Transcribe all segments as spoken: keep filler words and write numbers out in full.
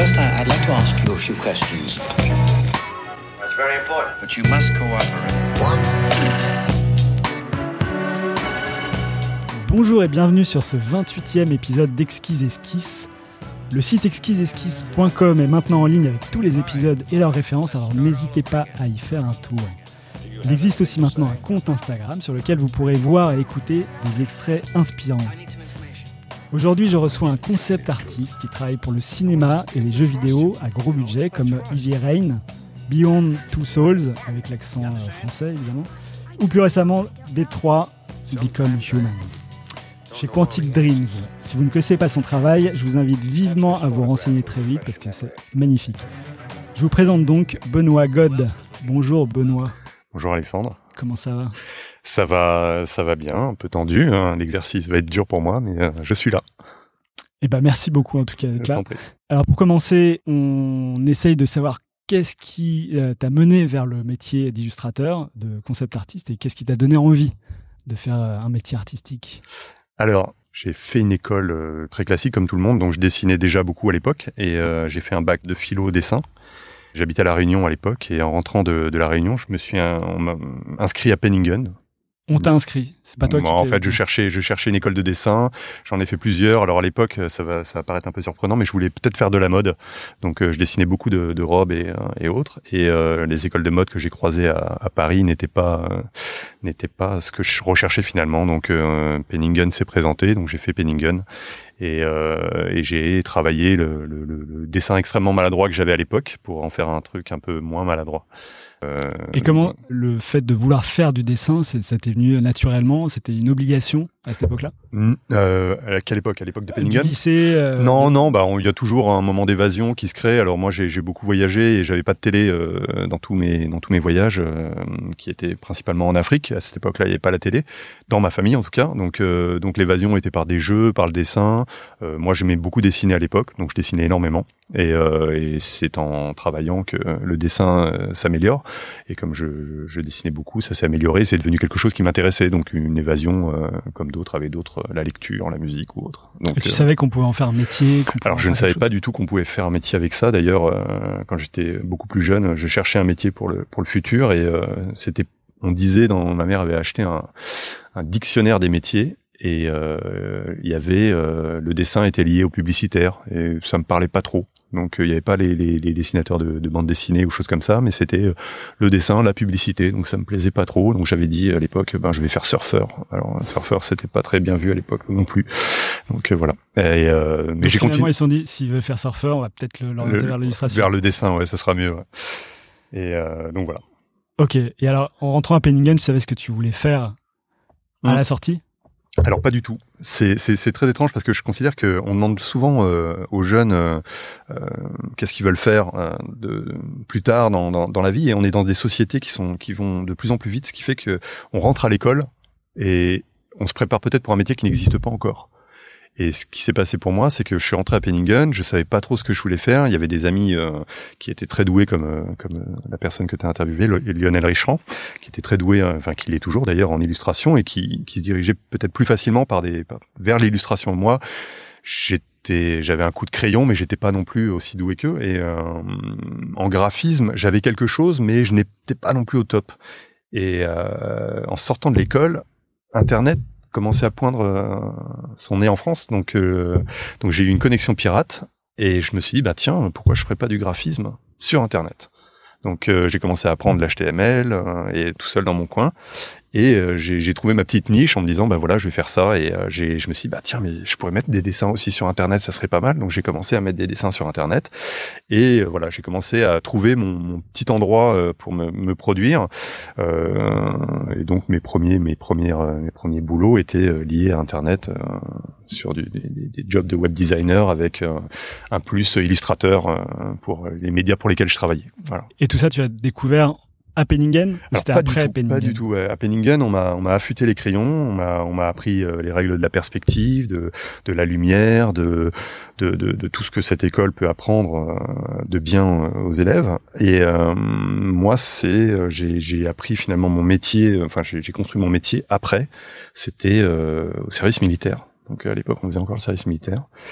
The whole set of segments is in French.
First, I'd like to ask you a few questions. That's very important. But you must cooperate. One, Bonjour et bienvenue sur ce vingt-huitième épisode d'Exquise Esquisse. Le site exquise esquisse point com est maintenant en ligne avec tous les épisodes et leurs références, alors n'hésitez pas à y faire un tour. Il existe aussi maintenant un compte Instagram sur lequel vous pourrez voir et écouter des extraits inspirants. Aujourd'hui, je reçois un concept artiste qui travaille pour le cinéma et les jeux vidéo à gros budget comme Heavy Rain, Beyond Two Souls, avec l'accent français évidemment, ou plus récemment Détroit, Become Human. Chez Quantic Dreams. Si vous ne connaissez pas son travail, je vous invite vivement à vous renseigner très vite parce que c'est magnifique. Je vous présente donc Benoît God. Bonjour Benoît. Bonjour Alexandre. Comment ça va ? Ça va, ça va bien, un peu tendu. Hein. L'exercice va être dur pour moi, mais euh, je suis là. Eh ben merci beaucoup en tout cas d'être Je là. t'en prie. Alors pour commencer, on essaye de savoir qu'est-ce qui euh, t'a mené vers le métier d'illustrateur, de concept artiste, et qu'est-ce qui t'a donné envie de faire euh, un métier artistique ? Alors, j'ai fait une école euh, très classique comme tout le monde, donc je dessinais déjà beaucoup à l'époque, et euh, j'ai fait un bac de philo dessin. J'habitais à La Réunion à l'époque, et en rentrant de, de La Réunion, je me suis un, on m'a inscrit à Penningen. On t'a inscrit, c'est pas toi Moi, qui en t'es... fait, je cherchais, je cherchais une école de dessin. J'en ai fait plusieurs. Alors à l'époque, ça va, ça va paraître un peu surprenant, mais je voulais peut-être faire de la mode. Donc, euh, je dessinais beaucoup de, de robes et, euh, et autres. Et euh, les écoles de mode que j'ai croisées à, à Paris n'étaient pas, euh, n'étaient pas ce que je recherchais finalement. Donc, euh, Penningen s'est présenté. Donc, j'ai fait Penningen et, euh, et j'ai travaillé le, le, le dessin extrêmement maladroit que j'avais à l'époque pour en faire un truc un peu moins maladroit. Euh, Et comment le fait de vouloir faire du dessin, c'est, ça t'est venu naturellement ? C'était une obligation à cette époque-là ? euh, À quelle époque ? À l'époque de Penningen ? Du lycée euh, Non, de... non, bah il y a toujours un moment d'évasion qui se crée. Alors moi, j'ai, j'ai beaucoup voyagé et j'avais pas de télé euh, dans tous mes dans tous mes voyages, euh, qui étaient principalement en Afrique. À cette époque-là, il n'y avait pas la télé dans ma famille en tout cas. Donc euh, donc l'évasion était par des jeux, par le dessin. Euh, moi, j'aimais beaucoup dessiner à l'époque, donc je dessinais énormément. Et, euh, et c'est en travaillant que le dessin euh, s'améliore. Et comme je, je dessinais beaucoup, ça s'est amélioré. C'est devenu quelque chose qui m'intéressait. Donc une évasion, euh, comme d'autres avaient d'autres, euh, la lecture, la musique ou autre. Donc, Et tu euh, savais qu'on pouvait en faire un métier qu'on pouvait alors en je ne faire savais quelque pas chose. du tout qu'on pouvait faire un métier avec ça. D'ailleurs, euh, quand j'étais beaucoup plus jeune, je cherchais un métier pour le pour le futur. Et euh, c'était, on disait, dans, ma mère avait acheté un, un dictionnaire des métiers. Et euh, il y avait euh, le dessin était lié au publicitaire et ça me parlait pas trop. Donc il y avait pas les, les, les dessinateurs de, de bande dessinée ou choses comme ça, mais c'était euh, le dessin, la publicité. Donc ça me plaisait pas trop. Donc j'avais dit à l'époque, ben je vais faire surfeur. Alors surfeur, c'était pas très bien vu à l'époque non plus. Donc euh, voilà. Et, euh, mais Donc, j'ai finalement, continué. ils se sont dit, s'ils veulent faire surfeur, on va peut-être le- l'orienter Le- vers l'illustration. Vers le dessin, ouais, ça sera mieux. Ouais. Et euh, donc voilà. Ok. Et alors, en rentrant à Penningen, tu savais ce que tu voulais faire à Hum. la sortie ? Alors pas du tout. C'est, c'est, c'est très étrange parce que je considère que on demande souvent euh, aux jeunes euh, euh, qu'est-ce qu'ils veulent faire euh, de, plus tard dans, dans, dans la vie, et on est dans des sociétés qui sont qui vont de plus en plus vite, ce qui fait que on rentre à l'école et on se prépare peut-être pour un métier qui n'existe pas encore. Et ce qui s'est passé pour moi, c'est que je suis rentré à Penningen, je savais pas trop ce que je voulais faire. Il y avait des amis euh, qui étaient très doués, comme euh, comme euh, la personne que tu as interviewée, Lionel Richand, qui était très doué, euh, enfin qui l'est toujours d'ailleurs en illustration, et qui qui se dirigeait peut-être plus facilement par des par, vers l'illustration. Moi, j'étais j'avais un coup de crayon, mais j'étais pas non plus aussi doué qu'eux. Et euh, en graphisme, j'avais quelque chose, mais je n'étais pas non plus au top. Et euh, en sortant de l'école, Internet commençait à poindre euh, son nez en France, donc euh, donc j'ai eu une connexion pirate et je me suis dit bah tiens, pourquoi je ferais pas du graphisme sur Internet. Donc euh, j'ai commencé à apprendre l'H T M L euh, et tout seul dans mon coin. Et euh, j'ai, j'ai trouvé ma petite niche en me disant bah voilà, je vais faire ça. Et euh, j'ai, je me suis dit bah tiens, mais je pourrais mettre des dessins aussi sur Internet, ça serait pas mal. Donc j'ai commencé à mettre des dessins sur Internet. Et euh, voilà, j'ai commencé à trouver mon, mon petit endroit euh, pour me, me produire. Euh, et donc mes premiers, mes premières, euh, mes premiers boulots étaient euh, liés à Internet euh, sur du, des, des jobs de web designer avec euh, un plus illustrateur euh, pour les médias pour lesquels je travaillais. Voilà. Et tout ça, tu as découvert à Penningen ou Alors, c'était pas après du tout, Penningen ? Pas du tout. Ouais. À Penningen, on m'a, on m'a affûté les crayons, on m'a, on m'a appris euh, les règles de la perspective, de, de la lumière, de, de, de, de tout ce que cette école peut apprendre euh, de bien euh, aux élèves. Et euh, moi, c'est, euh, j'ai, j'ai appris finalement mon métier. Euh, enfin, j'ai, j'ai construit mon métier après. C'était euh, au service militaire. Donc à l'époque, on faisait encore le service militaire.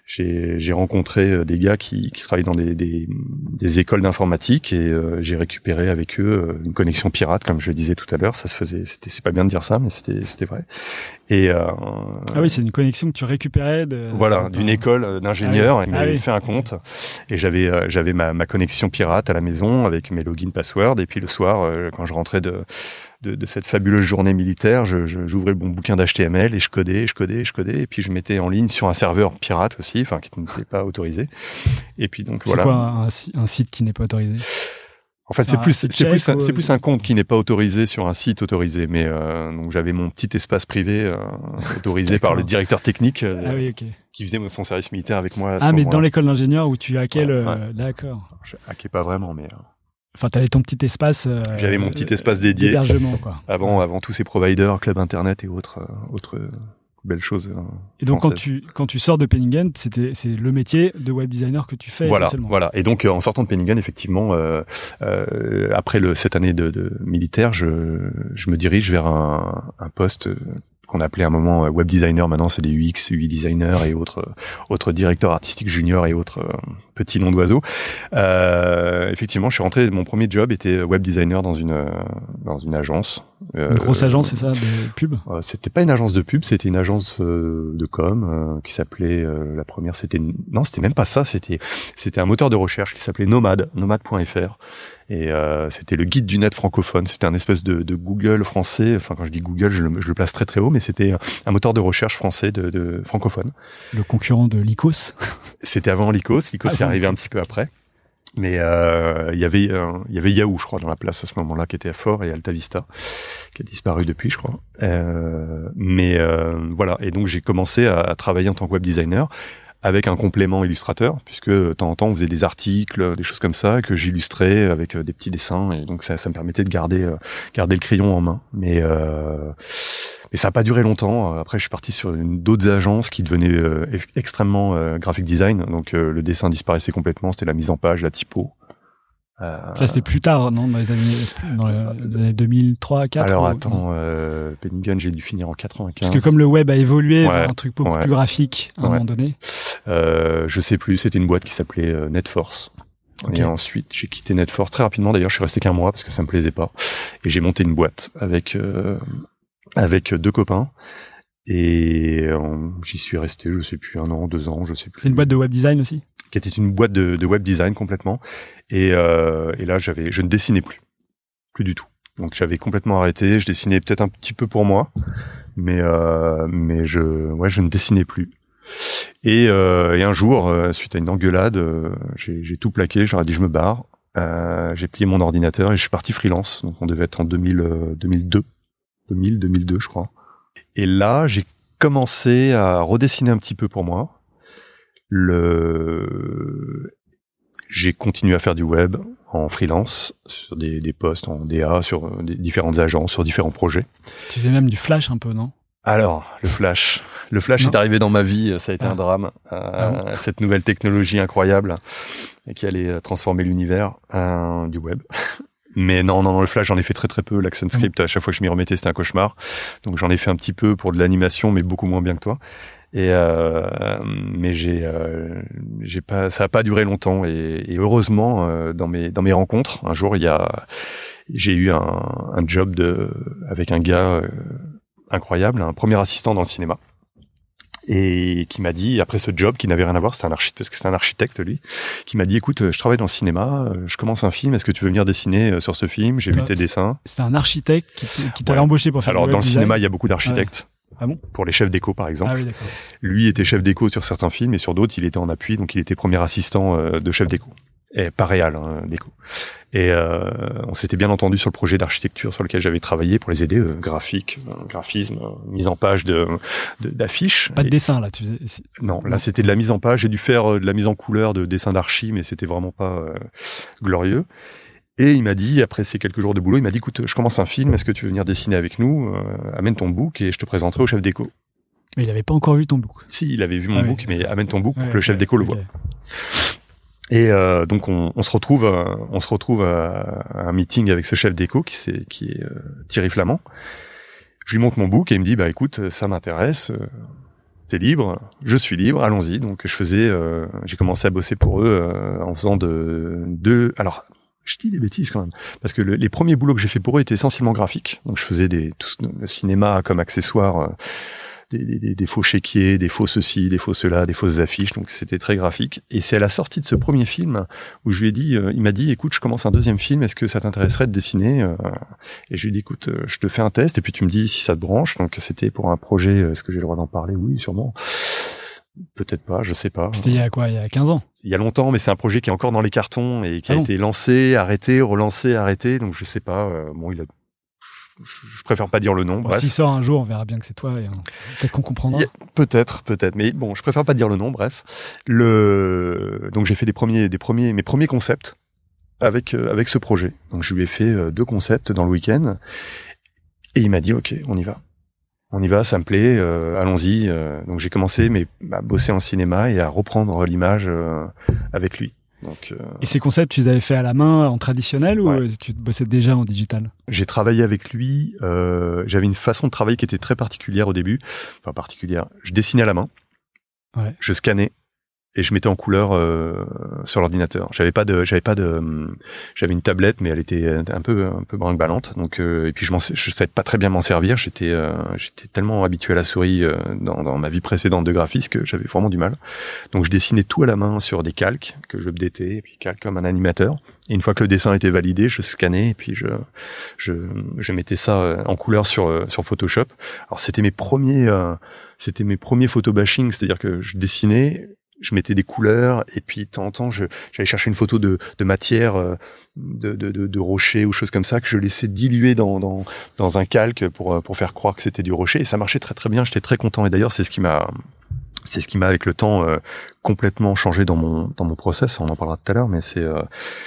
j'ai, j'ai rencontré des gars qui, qui travaillent dans des, des, des écoles d'informatique et euh, j'ai récupéré avec eux une connexion pirate, comme je le disais tout à l'heure. Ça se faisait, c'était, c'est pas bien de dire ça, mais c'était, c'était vrai. Et euh, ah oui, c'est une connexion que tu récupérais de, voilà, d'une école d'ingénieurs. Ah oui. Il m'avait ah oui. fait un compte et j'avais, euh, j'avais ma, ma connexion pirate à la maison avec mes logins, passwords. Et puis le soir, euh, quand je rentrais de De, de cette fabuleuse journée militaire, je, je, j'ouvrais mon bouquin d'H T M L et je codais, je codais, je codais, et puis je mettais en ligne sur un serveur pirate aussi, enfin qui n'était pas autorisé. Et puis donc c'est voilà. C'est quoi un, un site qui n'est pas autorisé? En fait, c'est, c'est plus, c'est, c'est plus, un, c'est ou... plus un compte qui n'est pas autorisé sur un site autorisé. Mais euh, donc j'avais mon petit espace privé euh, autorisé par le directeur technique euh, ah oui, okay. qui faisait son service militaire avec moi. À ce ah, mais moment-là. dans l'école d'ingénieur où tu hackais ouais, le, ouais. d'accord. Je hackais pas vraiment, mais. Euh... Enfin, t'avais ton petit espace. Euh, J'avais mon petit espace dédié. D'hébergement, quoi. Avant, avant tous ces providers, club internet et autres, euh, autres euh, belles choses. Euh, et donc, françaises. quand tu, quand tu sors de Penningen, c'était, c'est le métier de web designer que tu fais. Voilà, essentiellement. voilà. Et donc, euh, en sortant de Penningen, effectivement, euh, euh, après le, cette année de, de militaire, je, je me dirige vers un, un poste qu'on appelait à un moment web designer. Maintenant, c'est des U X, U I designers et autres, autres directeurs artistiques juniors et autres euh, petits noms d'oiseaux. Euh, effectivement, je suis rentré. Mon premier job était web designer dans une dans une agence. Euh, une grosse agence, c'est ça, de pub. euh, C'était pas une agence de pub, c'était une agence euh, de com euh, qui s'appelait. Euh, la première, c'était non, c'était même pas ça. C'était c'était un moteur de recherche qui s'appelait Nomad, nomad point f r. Et euh, c'était le guide du net francophone. C'était un espèce de, de Google français. Enfin, quand je dis Google, je le, je le place très très haut, mais c'était un moteur de recherche français de, de francophone. Le concurrent de Lycos. C'était avant Lycos. Lycos ah, est arrivé un petit peu après. Mais euh, il y avait euh, il y avait Yahoo, je crois, dans la place à ce moment-là, qui était fort, et Alta Vista, qui a disparu depuis, je crois. Euh, mais euh, voilà. Et donc j'ai commencé à, à travailler en tant que web designer, avec un complément illustrateur, puisque de temps en temps on faisait des articles, des choses comme ça, que j'illustrais avec des petits dessins, et donc ça, ça me permettait de garder euh, garder le crayon en main. Mais euh, mais ça n'a pas duré longtemps. Après, je suis parti sur une, d'autres agences qui devenaient euh, extrêmement euh, graphic design, donc euh, le dessin disparaissait complètement, c'était la mise en page, la typo. Euh, ça c'était plus tard, non, dans les années, dans les années deux mille trois, quatre. Alors ou... attends, euh, Penningen, j'ai dû finir en quatre-vingt-quinze. Parce que comme le web a évolué ouais, vers un truc beaucoup ouais. plus graphique à un ouais. moment donné. Euh, je sais plus, c'était une boîte qui s'appelait euh, NetForce. Okay. Et ensuite, j'ai quitté NetForce très rapidement. D'ailleurs, je suis resté qu'un mois parce que ça me plaisait pas. Et j'ai monté une boîte avec euh, avec deux copains. Et euh, j'y suis resté, je sais plus, un an, deux ans, je sais plus. C'est une boîte de web design aussi ? Qui était une boîte de, de web design complètement. Et, euh, et là, j'avais, je ne dessinais plus, plus du tout. Donc j'avais complètement arrêté. Je dessinais peut-être un petit peu pour moi, mais euh, mais je, ouais, je ne dessinais plus. Et, euh, et un jour, euh, suite à une engueulade, euh, j'ai, j'ai tout plaqué. J'aurais dit je me barre. Euh, j'ai plié mon ordinateur et je suis parti freelance. Donc on devait être en deux mille, euh, deux mille deux, deux mille, deux mille deux, je crois. Et là, j'ai commencé à redessiner un petit peu pour moi. Le, j'ai continué à faire du web en freelance sur des, des postes en D A, sur des différentes agences, sur différents projets. Tu faisais même du Flash un peu, non ? Alors, le Flash. Le Flash non. est arrivé dans ma vie, ça a été ah. un drame. Euh, ah bon cette nouvelle technologie incroyable qui allait transformer l'univers euh, du web. Mais non, non, non, le Flash, j'en ai fait très très peu. l'AccentScript, à chaque fois que je m'y remettais, c'était un cauchemar. Donc j'en ai fait un petit peu pour de l'animation, mais beaucoup moins bien que toi. Et euh, mais j'ai, euh, j'ai pas, ça a pas duré longtemps. Et, et heureusement, euh, dans mes dans mes rencontres, un jour, il y a, j'ai eu un, un job de avec un gars euh, incroyable, un premier assistant dans le cinéma. Et qui m'a dit, après ce job qui n'avait rien à voir, c'était un architecte, parce que c'était un architecte lui, qui m'a dit, écoute, je travaille dans le cinéma, je commence un film, est-ce que tu veux venir dessiner sur ce film ? J'ai vu tes dessins. C'était un architecte qui, qui t'avait ouais. embauché pour faire Alors le dans web le design. cinéma, il y a beaucoup d'architectes. Ah bon ? Pour les chefs d'écho, par exemple. Ah oui, d'accord. Lui était chef d'écho sur certains films, et sur d'autres, il était en appui, donc il était premier assistant de chef d'écho. Et pas réel, hein, d'écho. Et euh, on s'était bien entendu sur le projet d'architecture sur lequel j'avais travaillé pour les aider, euh, graphique, euh, graphisme, euh, mise en page de, de d'affiches. Pas de et... dessin là, tu faisais. Non, là c'était de la mise en page. J'ai dû faire euh, de la mise en couleur de dessin d'archi, mais c'était vraiment pas euh, glorieux. Et il m'a dit, après ces quelques jours de boulot, il m'a dit, écoute, je commence un film, est-ce que tu veux venir dessiner avec nous ? euh, Amène ton book et je te présenterai au chef d'écho. Mais il avait pas encore vu ton book. Si, il avait vu mon ah, book, oui. mais amène ton book pour ouais, que le chef ouais, d'écho le okay. voie. Et euh, donc on, on se retrouve, euh, on se retrouve à, à un meeting avec ce chef d'écho qui, c'est, qui est euh, Thierry Flamand. Je lui montre mon book et il me dit bah écoute ça m'intéresse, euh, t'es libre, je suis libre, allons-y. Donc je faisais, euh, j'ai commencé à bosser pour eux euh, en faisant de, de, alors je dis des bêtises quand même, parce que le, les premiers boulots que j'ai fait pour eux étaient essentiellement graphiques. Donc je faisais des, tout le cinéma comme accessoire, euh, des, des, des faux chéquiers, des faux ceci, des faux cela, des fausses affiches. Donc c'était très graphique. Et c'est à la sortie de ce premier film où je lui ai dit, euh, il m'a dit, écoute, je commence un deuxième film, est-ce que ça t'intéresserait de dessiner euh, Et je lui ai dit, écoute, euh, je te fais un test et puis tu me dis si ça te branche. Donc c'était pour un projet, est-ce que j'ai le droit d'en parler? Oui, sûrement. Peut-être pas, je sais pas. C'était il y a quoi, il y a quinze ans? Il y a longtemps, mais c'est un projet qui est encore dans les cartons et qui ah a bon. été lancé, arrêté, relancé, arrêté. Donc je sais pas. Euh, bon, il a. Je préfère pas dire le nom. Bon, bref. S'il sort un jour, on verra bien que c'est toi et euh, peut-être qu'on comprendra. A, peut-être, peut-être. Mais bon, je préfère pas dire le nom. Bref. Le. Donc j'ai fait des premiers, des premiers, mes premiers concepts avec euh, avec ce projet. Donc je lui ai fait euh, deux concepts dans le week-end et il m'a dit OK, on y va. On y va, ça me plaît, euh, allons-y. Euh, donc j'ai commencé mais, à bosser en cinéma et à reprendre l'image euh, avec lui. Donc, euh... Et ces concepts, tu les avais fait à la main, en traditionnel, ouais. ou tu bossais déjà en digital? J'ai travaillé avec lui, euh, j'avais une façon de travailler qui était très particulière au début. Enfin, particulière. Je dessinais à la main, ouais. je scannais, et je mettais en couleur euh, sur l'ordinateur. J'avais pas de, j'avais pas de, j'avais une tablette, mais elle était un peu, un peu brinque-ballante. Donc, euh, et puis je m'en, je savais pas très bien m'en servir. J'étais, euh, j'étais tellement habitué à la souris euh, dans, dans ma vie précédente de graphiste que j'avais vraiment du mal. Donc, je dessinais tout à la main sur des calques que je updatais, et puis calque comme un animateur. Et une fois que le dessin était validé, je scannais et puis je, je, je mettais ça en couleur sur sur Photoshop. Alors, c'était mes premiers, euh, c'était mes premiers photobashing, c'est-à-dire que je dessinais. Je mettais des couleurs et puis de temps en temps, je, j'allais chercher une photo de, de matière, de, de, de, de rocher ou choses comme ça que je laissais diluer dans, dans, dans un calque pour, pour faire croire que c'était du rocher. Et ça marchait très très bien. J'étais très content. Et d'ailleurs, c'est ce qui m'a, c'est ce qui m'a avec le temps euh, complètement changé dans mon dans mon process. On en parlera tout à l'heure, mais c'est euh,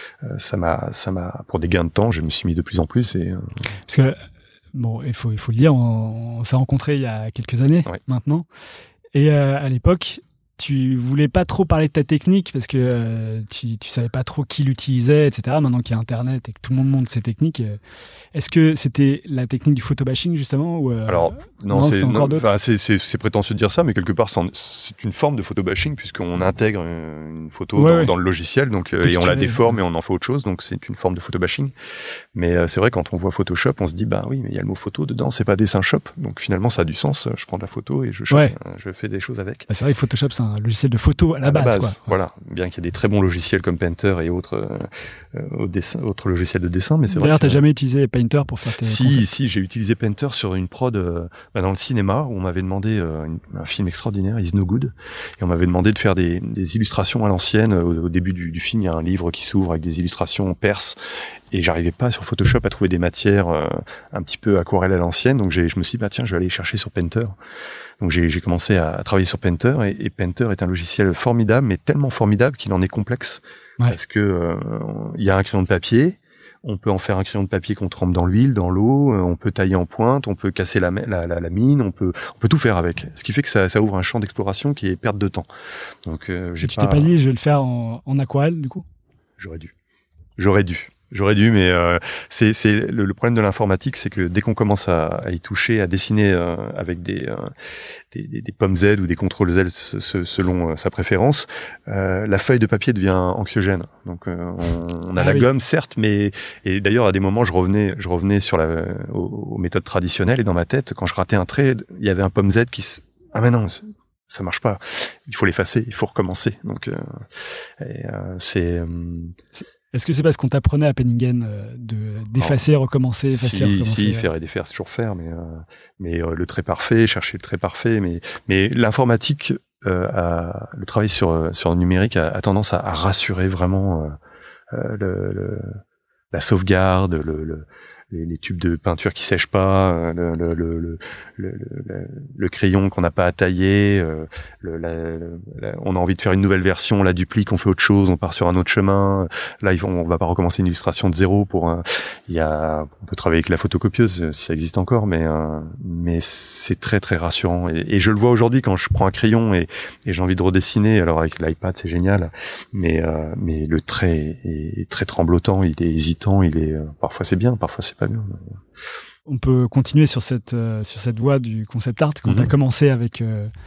ça m'a ça m'a pour des gains de temps, je me suis mis de plus en plus. Et euh... parce que bon, il faut il faut le dire, on, on s'est rencontrés il y a quelques années ouais. maintenant. Et euh, à l'époque, tu voulais pas trop parler de ta technique parce que euh, tu, tu savais pas trop qui l'utilisait, et cetera. Maintenant qu'il y a Internet et que tout le monde montre ses techniques, euh, est-ce que c'était la technique du photobashing justement ou euh, Alors non, non c'est, encore non, d'autres. c'est, c'est, c'est prétentieux de dire ça, mais quelque part c'est une forme de photobashing puisqu'on intègre une photo ouais, dans, ouais. dans le logiciel, donc et on la déforme et on en fait autre chose, donc c'est une forme de photobashing. Mais euh, c'est vrai quand on voit Photoshop, on se dit bah oui, mais il y a le mot photo dedans, c'est pas dessin shop, donc finalement ça a du sens. Je prends de la photo et je shop, ouais. je fais des choses avec. Bah, c'est vrai que Photoshop c'est un logiciel de photo à la, à base, la base, quoi. Voilà, bien qu'il y ait des très bons logiciels comme Painter et autres euh, au dessin, autres logiciels de dessin, mais c'est D'ailleurs, vrai. T'as que... jamais utilisé Painter pour faire tes Si, concepts. si, j'ai utilisé Painter sur une prod euh, bah dans le cinéma où on m'avait demandé euh, une, un film extraordinaire, Is No Good, et on m'avait demandé de faire des, des illustrations à l'ancienne. Au, au début du, du film, il y a un livre qui s'ouvre avec des illustrations en perse, et j'arrivais pas sur Photoshop à trouver des matières euh, un petit peu aquarelle à l'ancienne, donc j'ai, je me suis dit bah tiens, je vais aller chercher sur Painter. Donc j'ai, j'ai commencé à, à travailler sur Painter, et, et Painter est un logiciel formidable, mais tellement formidable qu'il en est complexe, ouais. parce que euh, il y a un crayon de papier. On peut en faire un crayon de papier qu'on trempe dans l'huile, dans l'eau. On peut tailler en pointe, on peut casser la, la, la, la mine, on peut, on peut tout faire avec. Ce qui fait que ça, ça ouvre un champ d'exploration qui est perte de temps. Donc, euh, j'ai tu pas... t'es pas dit, je vais le faire en, en aquarelle, du coup? J'aurais dû. J'aurais dû. J'aurais dû, mais euh, c'est, c'est le, le problème de l'informatique, c'est que dès qu'on commence à, à y toucher, à dessiner euh, avec des, euh, des, des, des pommes Z ou des contrôles Z se, se, selon euh, sa préférence, euh, la feuille de papier devient anxiogène. Donc euh, on, on a ah la oui. gomme, certes, mais et d'ailleurs à des moments je revenais, je revenais sur la aux, aux méthodes traditionnelles et dans ma tête, quand je ratais un trait, il y avait un pomme Z qui se ah mais non. Ça marche pas. Il faut l'effacer, il faut recommencer. Donc euh, et, euh, c'est, euh, c'est Est-ce que c'est parce qu'on t'apprenait à Penningen euh, de d'effacer, non. recommencer, effacer, si, recommencer? Si, faire et défaire, c'est toujours faire, mais euh, mais euh, le trait parfait, chercher le trait parfait, mais mais l'informatique, euh, a, le travail sur sur le numérique a, a tendance à, à rassurer vraiment euh, le, le, la sauvegarde, le, le Les, les tubes de peinture qui sèchent pas, le, le, le, le, le, le, le crayon qu'on n'a pas à tailler, le, la, la, on a envie de faire une nouvelle version, on la duplique, on fait autre chose, on part sur un autre chemin. Là, on va pas recommencer une illustration de zéro. Pour un, il y a, on peut travailler avec la photocopieuse si ça existe encore, mais euh, mais c'est très très rassurant. Et, et je le vois aujourd'hui quand je prends un crayon et, et j'ai envie de redessiner. Alors avec l'iPad, c'est génial, mais euh, mais le trait est, est très tremblotant, il est hésitant, il est parfois c'est bien, parfois c'est pas bien. On peut continuer sur cette euh, sur cette voie du concept art quand mm-hmm. tu as commencé avec euh,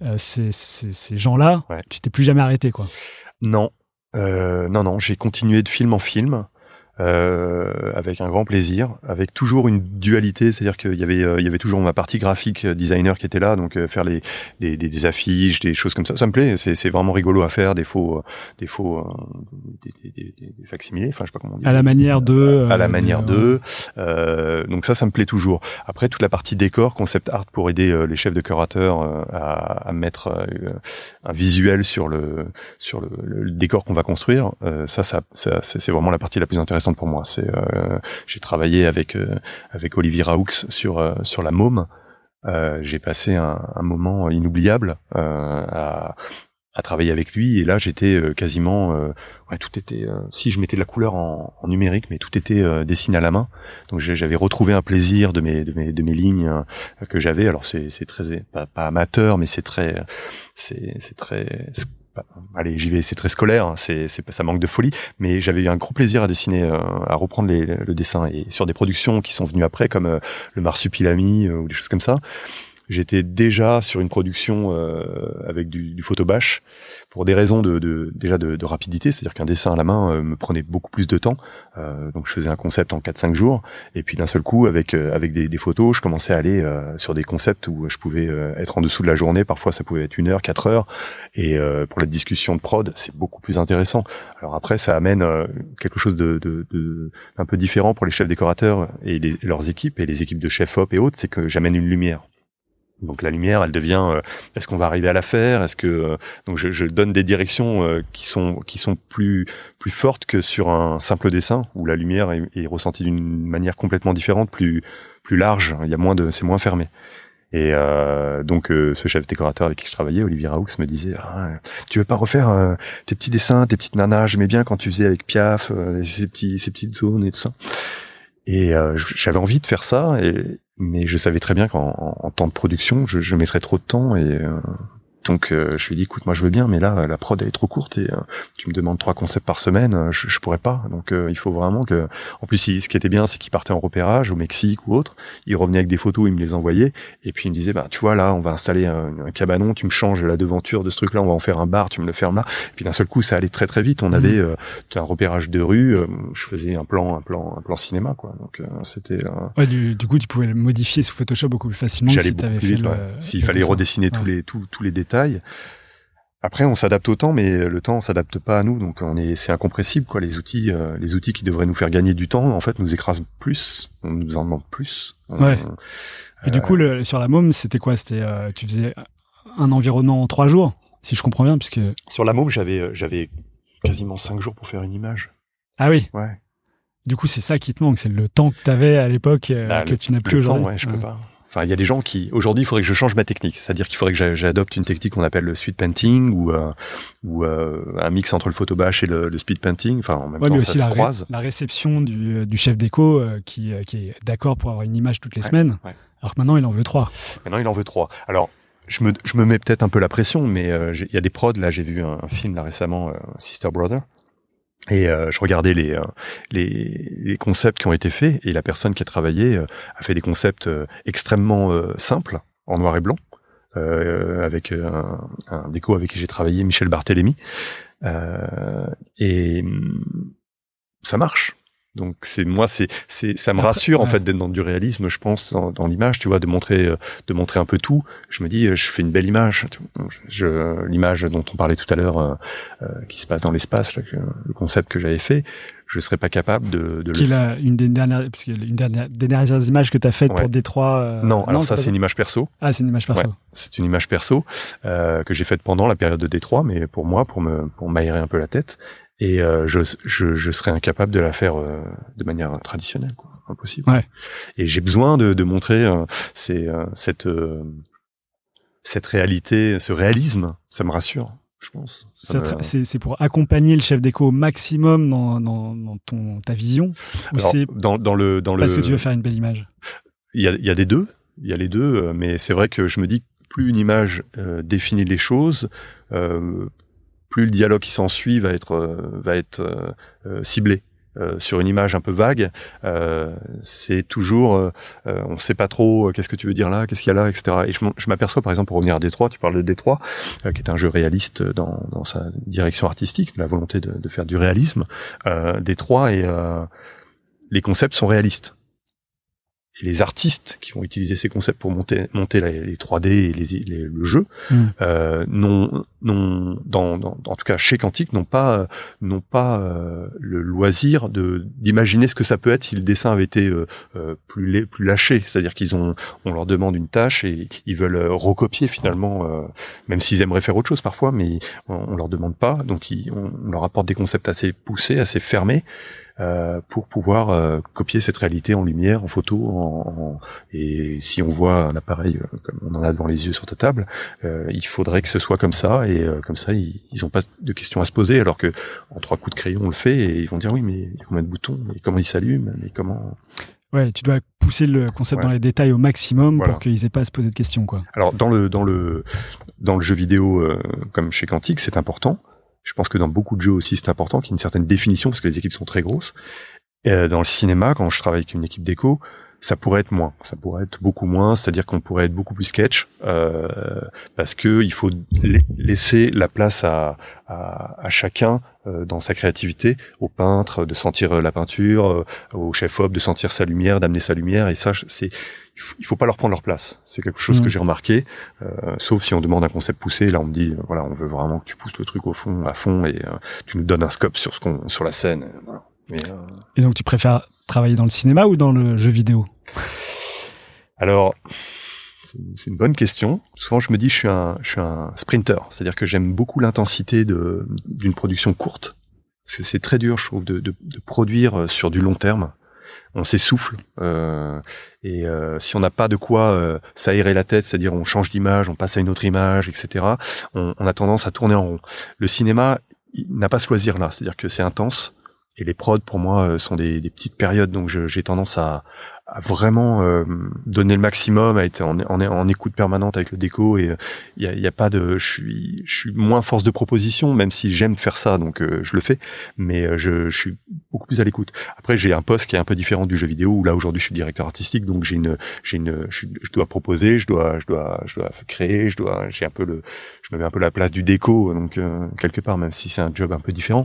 euh, ces, ces, ces gens-là, ouais. tu t'es plus jamais arrêté, quoi. Non, euh, non, non, j'ai continué de film en film. Euh, avec un grand plaisir, avec toujours une dualité, c'est-à-dire qu'il y avait, euh, il y avait toujours ma partie graphique euh, designer qui était là, donc euh, faire les, des, des, des affiches, des choses comme ça, ça me plaît, c'est, c'est vraiment rigolo à faire, des faux, euh, des faux, euh, des, des, des, des facsimilés, enfin je sais pas comment on dit. À la manière de. Euh, à la euh, manière euh, de. Euh, donc ça, ça me plaît toujours. Après toute la partie décor, concept art pour aider euh, les chefs de curateurs euh, à, à mettre euh, un visuel sur le, sur le, le décor qu'on va construire, euh, ça, ça, ça, c'est, c'est vraiment la partie la plus intéressante pour moi. C'est, euh, j'ai travaillé avec euh, avec Olivier Raoux sur euh, sur la môme. Euh, j'ai passé un, un moment inoubliable euh, à à travailler avec lui, et là j'étais euh, quasiment euh, ouais, tout était euh, si je mettais de la couleur en, en numérique, mais tout était euh, dessiné à la main. Donc j'avais retrouvé un plaisir de mes de mes de mes lignes euh, que j'avais. Alors c'est c'est très pas, pas amateur, mais c'est très c'est c'est très allez, j'y vais, c'est très scolaire, hein, c'est, c'est, ça manque de folie, mais j'avais eu un gros plaisir à dessiner, euh, à reprendre les, le dessin, et sur des productions qui sont venues après, comme euh, le Marsupilami euh, ou des choses comme ça. J'étais déjà sur une production euh, avec du, du photobash pour des raisons de, de déjà de, de rapidité, c'est-à-dire qu'un dessin à la main euh, me prenait beaucoup plus de temps. Euh, donc je faisais un concept en quatre cinq jours, et puis d'un seul coup, avec euh, avec des, des photos, je commençais à aller euh, sur des concepts où je pouvais euh, être en dessous de la journée. Parfois, ça pouvait être une heure, quatre heures. Et euh, pour la discussion de prod, c'est beaucoup plus intéressant. Alors après, ça amène euh, quelque chose de, de, de un peu différent pour les chefs décorateurs et les, leurs équipes et les équipes de chefs op et autres, c'est que j'amène une lumière. Donc la lumière, elle devient. Euh, est-ce qu'on va arriver à la faire ? Est-ce que euh, donc je, je donne des directions euh, qui sont qui sont plus plus fortes que sur un simple dessin où la lumière est, est ressentie d'une manière complètement différente, plus plus large. Il y a moins de, c'est moins fermé. Et euh, donc euh, ce chef décorateur avec qui je travaillais, Olivier Raoux, me disait ah, tu veux pas refaire euh, tes petits dessins, tes petites nanas ? J'aimais bien quand tu faisais avec Piaf euh, ces petits ces petites zones et tout ça. Et euh, j'avais envie de faire ça, et, mais je savais très bien qu'en en, en temps de production, je, je mettrais trop de temps, et euh, donc euh, je lui ai dit écoute, moi je veux bien, mais là la prod elle est trop courte, et euh, tu me demandes trois concepts par semaine, je, je pourrais pas. Donc euh, il faut vraiment que, en plus il, ce qui était bien, c'est qu'il partait en repérage au Mexique ou autre, il revenait avec des photos, il me les envoyait, et puis il me disait bah tu vois là on va installer un, un cabanon, tu me changes la devanture de ce truc là, on va en faire un bar, tu me le fermes là. Et puis d'un seul coup ça allait très très vite, on avait euh, un repérage de rue, euh, je faisais un plan un plan un plan cinéma quoi. Donc euh, c'était euh... ouais, du, du coup tu pouvais le modifier sous Photoshop beaucoup plus facilement. J'allais si beaucoup t'avais plus fait vite, le, ouais. S'il le fallait dessin. redessiner Ouais. tous les tous tous les détails. Après, on s'adapte au temps, mais le temps s'adapte pas à nous, donc on est, c'est incompressible, quoi. Les outils, euh, les outils qui devraient nous faire gagner du temps, en fait, nous écrasent plus, on nous en demande plus. Ouais. On, Et euh, du coup, le, sur la môme, c'était quoi ? C'était, euh, tu faisais un environnement en trois jours, si je comprends bien, puisque. Sur la môme, j'avais, j'avais quasiment cinq jours pour faire une image. Ah oui. Ouais. Du coup, c'est ça qui te manque, c'est le temps que t'avais à l'époque euh, Bah, que le, tu n'as plus le temps, aujourd'hui. ouais, je ouais. peux pas. Enfin, il y a des gens qui, aujourd'hui, il faudrait que je change ma technique. C'est-à-dire qu'il faudrait que j'adopte une technique qu'on appelle le speed painting, ou, euh, ou euh, un mix entre le photobash et le, le speed painting. Enfin, en même Ouais, temps, mais ça aussi se la, ré- croise. la réception du, du chef déco euh, qui, euh, qui est d'accord pour avoir une image toutes les Ouais, semaines, ouais. alors que maintenant il en veut trois. Maintenant, il en veut trois. Alors, je me, je me mets peut-être un peu la pression, mais euh, il y a des prods. Là, j'ai vu un, un film là récemment, euh, Sister Brother. Et euh, je regardais les, euh, les les concepts qui ont été faits, et la personne qui a travaillé euh, a fait des concepts euh, extrêmement euh, simples, en noir et blanc, euh, avec euh, un, un déco avec qui j'ai travaillé, Michel Barthélémy, euh, et ça marche. Donc c'est moi c'est c'est ça me Après, rassure ouais. en fait d'être dans du réalisme, je pense, dans, dans l'image, tu vois, de montrer euh, de montrer un peu tout. Je me dis je fais une belle image. Je, l'image dont on parlait tout à l'heure euh, euh, qui se passe dans l'espace, là, que, le concept que j'avais fait, je serais pas capable de, de Qui est le la, une des dernières, parce que une dernière, des dernières images que tu as faites Ouais. pour Détroit. Euh, Non, alors ça pas c'est une image perso. Ah, c'est une image perso. Ouais, c'est une image perso euh, que j'ai faite pendant la période de Détroit, mais pour moi, pour me pour m'aérer un peu la tête. Et euh, je, je je serais incapable de la faire euh, de manière traditionnelle, quoi, impossible. Ouais. Et j'ai besoin de, de montrer euh, c'est euh, cette euh, cette réalité, ce réalisme, ça me rassure, je pense. Ça Ça me- te- C'est c'est pour accompagner le chef déco au maximum dans, dans, dans ton, ta vision, ou Alors, c'est dans dans le dans parce le que tu veux faire une belle image? il y a il y a des deux, il y a les deux, euh, mais c'est vrai que je me dis que plus une image euh, définit les choses, euh, plus le dialogue qui s'ensuit va être euh, va être euh, euh, ciblé. euh, sur une image un peu vague, euh, c'est toujours, euh, on ne sait pas trop euh, qu'est-ce que tu veux dire là, qu'est-ce qu'il y a là, et cetera. Et je, je m'aperçois, par exemple, pour revenir à Détroit, tu parles de Détroit, euh, qui est un jeu réaliste dans, dans sa direction artistique, la volonté de, de faire du réalisme. Euh, Détroit et euh, les concepts sont réalistes. Et les artistes qui vont utiliser ces concepts pour monter, monter les, les trois D et les, les, le jeu, mm. euh, n'ont, n'ont, dans, dans, en tout cas chez Quantique, n'ont pas, n'ont pas euh, le loisir de d'imaginer ce que ça peut être si le dessin avait été euh, euh, plus, plus lâché. C'est-à-dire qu'ils ont, on leur demande une tâche et ils veulent recopier finalement, euh, même s'ils aimeraient faire autre chose parfois, mais on, on leur demande pas. Donc ils, on, on leur apporte des concepts assez poussés, assez fermés. Euh, pour pouvoir euh, copier cette réalité en lumière, en photo, en, en, et si on voit un appareil euh, comme on en a devant les yeux sur ta table, euh, il faudrait que ce soit comme ça, et euh, comme ça ils n'ont pas de questions à se poser, alors que en trois coups de crayon on le fait, et ils vont dire oui mais il y a combien de boutons, mais comment ils s'allument, mais comment... Ouais, tu dois pousser le concept ouais. dans les détails au maximum voilà. pour qu'ils aient pas à se poser de questions, quoi. Alors dans le dans le dans le jeu vidéo, euh, comme chez Quantique, c'est important. Je pense que dans beaucoup de jeux aussi, c'est important qu'il y ait une certaine définition, parce que les équipes sont très grosses. Et dans le cinéma, quand je travaille avec une équipe d'éco, ça pourrait être moins. Ça pourrait être beaucoup moins, c'est-à-dire qu'on pourrait être beaucoup plus sketch, euh, parce que il faut laisser la place à, à, à chacun euh, dans sa créativité, au peintre de sentir la peinture, euh, au chef-op de sentir sa lumière, d'amener sa lumière, et ça, c'est... il faut pas leur prendre leur place. C'est quelque chose mmh. que j'ai remarqué, euh, sauf si on demande un concept poussé. Là, on me dit, voilà, on veut vraiment que tu pousses le truc au fond, à fond, et euh, tu nous donnes un scope sur ce qu'on, sur la scène. Voilà. Mais, euh... Et donc, tu préfères travailler dans le cinéma ou dans le jeu vidéo ? Alors, c'est, c'est une bonne question. Souvent, je me dis, je suis un, je suis un sprinter, c'est-à-dire que j'aime beaucoup l'intensité de d'une production courte, parce que c'est très dur, je trouve, de, de, de produire sur du long terme. On s'essouffle euh, et euh, si on n'a pas de quoi euh, s'aérer la tête, c'est-à-dire on change d'image, on passe à une autre image, et cetera. On, on a tendance à tourner en rond. Le cinéma il n'a pas ce loisir-là, c'est-à-dire que c'est intense et les prods pour moi sont des, des petites périodes, donc je, j'ai tendance à, à vraiment euh, donner le maximum, à être en, en, en écoute permanente avec le déco, et il euh, y, a, y a pas de, je suis, je suis moins force de proposition, même si j'aime faire ça, donc euh, je le fais, mais euh, je, je suis beaucoup plus à l'écoute. Après, j'ai un poste qui est un peu différent du jeu vidéo, où là aujourd'hui je suis directeur artistique, donc j'ai une, j'ai une, je, je dois proposer, je dois, je dois, je dois créer, je dois, j'ai un peu le, je me mets un peu la place du déco, donc euh, quelque part, même si c'est un job un peu différent.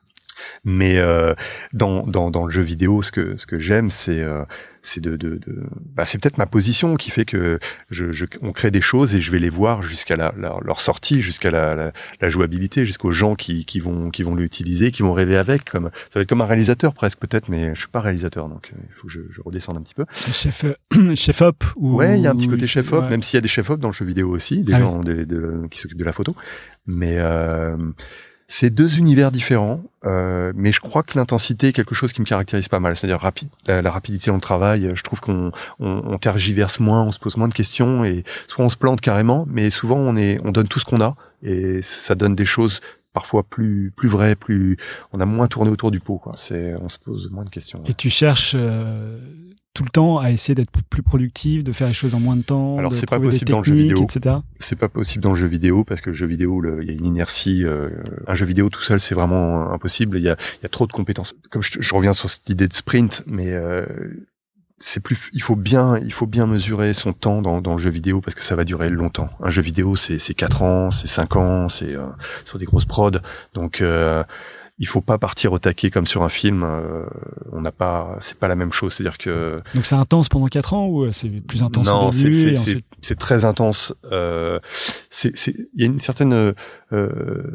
Mais euh, dans, dans dans le jeu vidéo, ce que ce que j'aime, c'est euh, c'est de de, de bah, c'est peut-être ma position qui fait que je, je on crée des choses et je vais les voir jusqu'à la, la leur sortie, jusqu'à la, la la jouabilité, jusqu'aux gens qui qui vont qui vont l'utiliser, qui vont rêver avec. Comme ça va être comme un réalisateur presque peut-être, mais je suis pas réalisateur, donc il faut que je, je redescende un petit peu. Chef euh, chef op ou ouais, il y a un petit côté chef op, ouais. même s'il y a des chef op dans le jeu vidéo aussi, des ah gens oui. de, de, qui s'occupent de la photo, mais euh, c'est deux univers différents, euh, mais je crois que l'intensité est quelque chose qui me caractérise pas mal, c'est-à-dire rapide, la, la rapidité dans le travail. Je trouve qu'on on, on tergiverse moins, on se pose moins de questions, et soit on se plante carrément, mais souvent on est, on donne tout ce qu'on a, et ça donne des choses parfois plus plus vraies, plus, on a moins tourné autour du pot, quoi. C'est, on se pose moins de questions. Et ouais. tu cherches euh, tout le temps à essayer d'être plus productif, de faire les choses en moins de temps. Alors de c'est pas possible dans le jeu vidéo, et cetera. C'est pas possible dans le jeu vidéo parce que le jeu vidéo, il y a une inertie. Euh, un jeu vidéo tout seul, c'est vraiment impossible. Il y a, il y a trop de compétences. Comme je, je reviens sur cette idée de sprint, mais euh, c'est plus. Il faut bien, il faut bien mesurer son temps dans, dans le jeu vidéo parce que ça va durer longtemps. Un jeu vidéo, c'est, c'est quatre ans, c'est cinq ans, c'est euh, sur des grosses prods. Donc euh, il faut pas partir au taquet comme sur un film. Euh, on n'a pas, c'est pas la même chose. C'est-à-dire que donc c'est intense pendant quatre ans ou c'est plus intense non, au début c'est c'est, et c'est, ensuite... c'est très intense. Euh, c'est c'est il y a une certaine euh,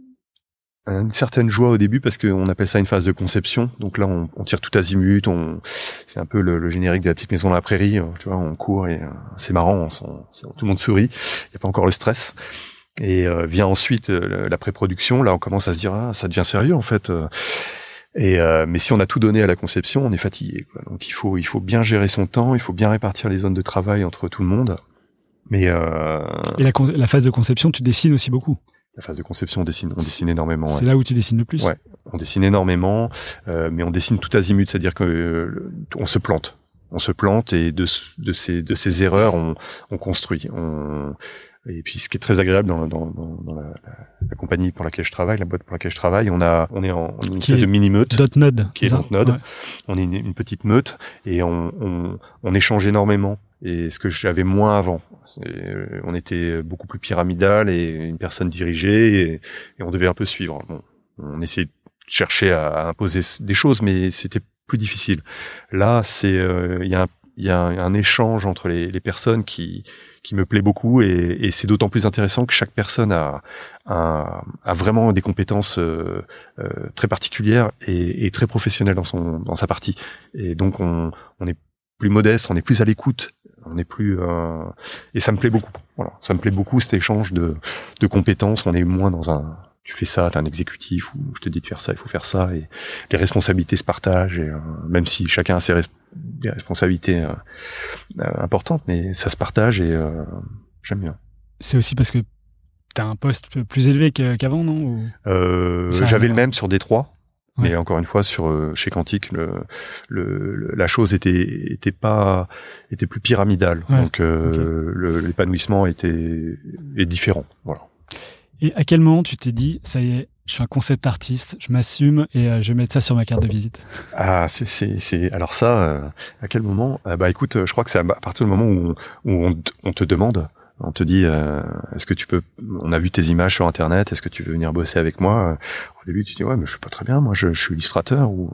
une certaine joie au début parce qu'on appelle ça une phase de conception. Donc là, on, on tire tout azimut. On c'est un peu le, le générique de La Petite Maison dans la Prairie. Tu vois, on court et euh, c'est marrant. On, on, tout le monde sourit. Il y a pas encore le stress. Et euh, vient ensuite euh, la pré-production. Là, on commence à se dire ah, ça devient sérieux en fait. Et euh, mais si on a tout donné à la conception, on est fatigué, quoi. Donc il faut il faut bien gérer son temps, il faut bien répartir les zones de travail entre tout le monde. Mais euh... et la, la phase de conception, tu dessines aussi beaucoup. La phase de conception, on dessine, on dessine énormément. C'est ouais. là où tu dessines le plus. Ouais, on dessine énormément, euh, mais on dessine tout azimut, c'est-à-dire que euh, on se plante, on se plante et de de ces de ces erreurs, on on construit. On Et puis, ce qui est très agréable dans, dans, dans, dans la, la, la compagnie pour laquelle je travaille, la boîte pour laquelle je travaille, on a, on est en une espèce de mini-meute. Dotnode. Qui est Dotnode. Ouais. On est une, une petite meute et on, on, on échange énormément. Et ce que j'avais moins avant. C'est, on était beaucoup plus pyramidal et une personne dirigée et, et on devait un peu suivre. Bon, on essayait de chercher à, à imposer des choses, mais c'était plus difficile. Là, c'est, il euh, y a un, il y a un, un échange entre les, les personnes qui, qui me plaît beaucoup et, et c'est d'autant plus intéressant que chaque personne a, a, a vraiment des compétences euh, euh, très particulières et, et très professionnelles dans son, dans sa partie. Et donc, on, on est plus modeste, on est plus à l'écoute, on est plus euh, et ça me plaît beaucoup. Voilà, ça me plaît beaucoup cet échange de, de compétences. On est moins dans un tu fais ça, t'es un exécutif, ou je te dis de faire ça, il faut faire ça, et les responsabilités se partagent, et, euh, même si chacun a ses res- des responsabilités euh, euh, importantes, mais ça se partage, et euh, j'aime bien. C'est aussi parce que t'as un poste plus élevé qu'avant, non ou... euh, J'avais le même sur D trois, ouais. Mais encore une fois, sur euh, chez Quantique, le, le, la chose était, était pas, était plus pyramidale, ouais. Donc euh, okay. le, l'épanouissement était est différent, voilà. Et à quel moment tu t'es dit, ça y est, je suis un concept artiste, je m'assume et euh, je vais mettre ça sur ma carte de visite? Ah, c'est, c'est, c'est... alors ça, euh, à quel moment? euh, Bah écoute, je crois que c'est à partir du moment où on, où on, on te demande, on te dit, euh, est-ce que tu peux, on a vu tes images sur Internet, est-ce que tu veux venir bosser avec moi? Au début, tu dis, ouais, mais je suis pas très bien, moi, je, je suis illustrateur, ou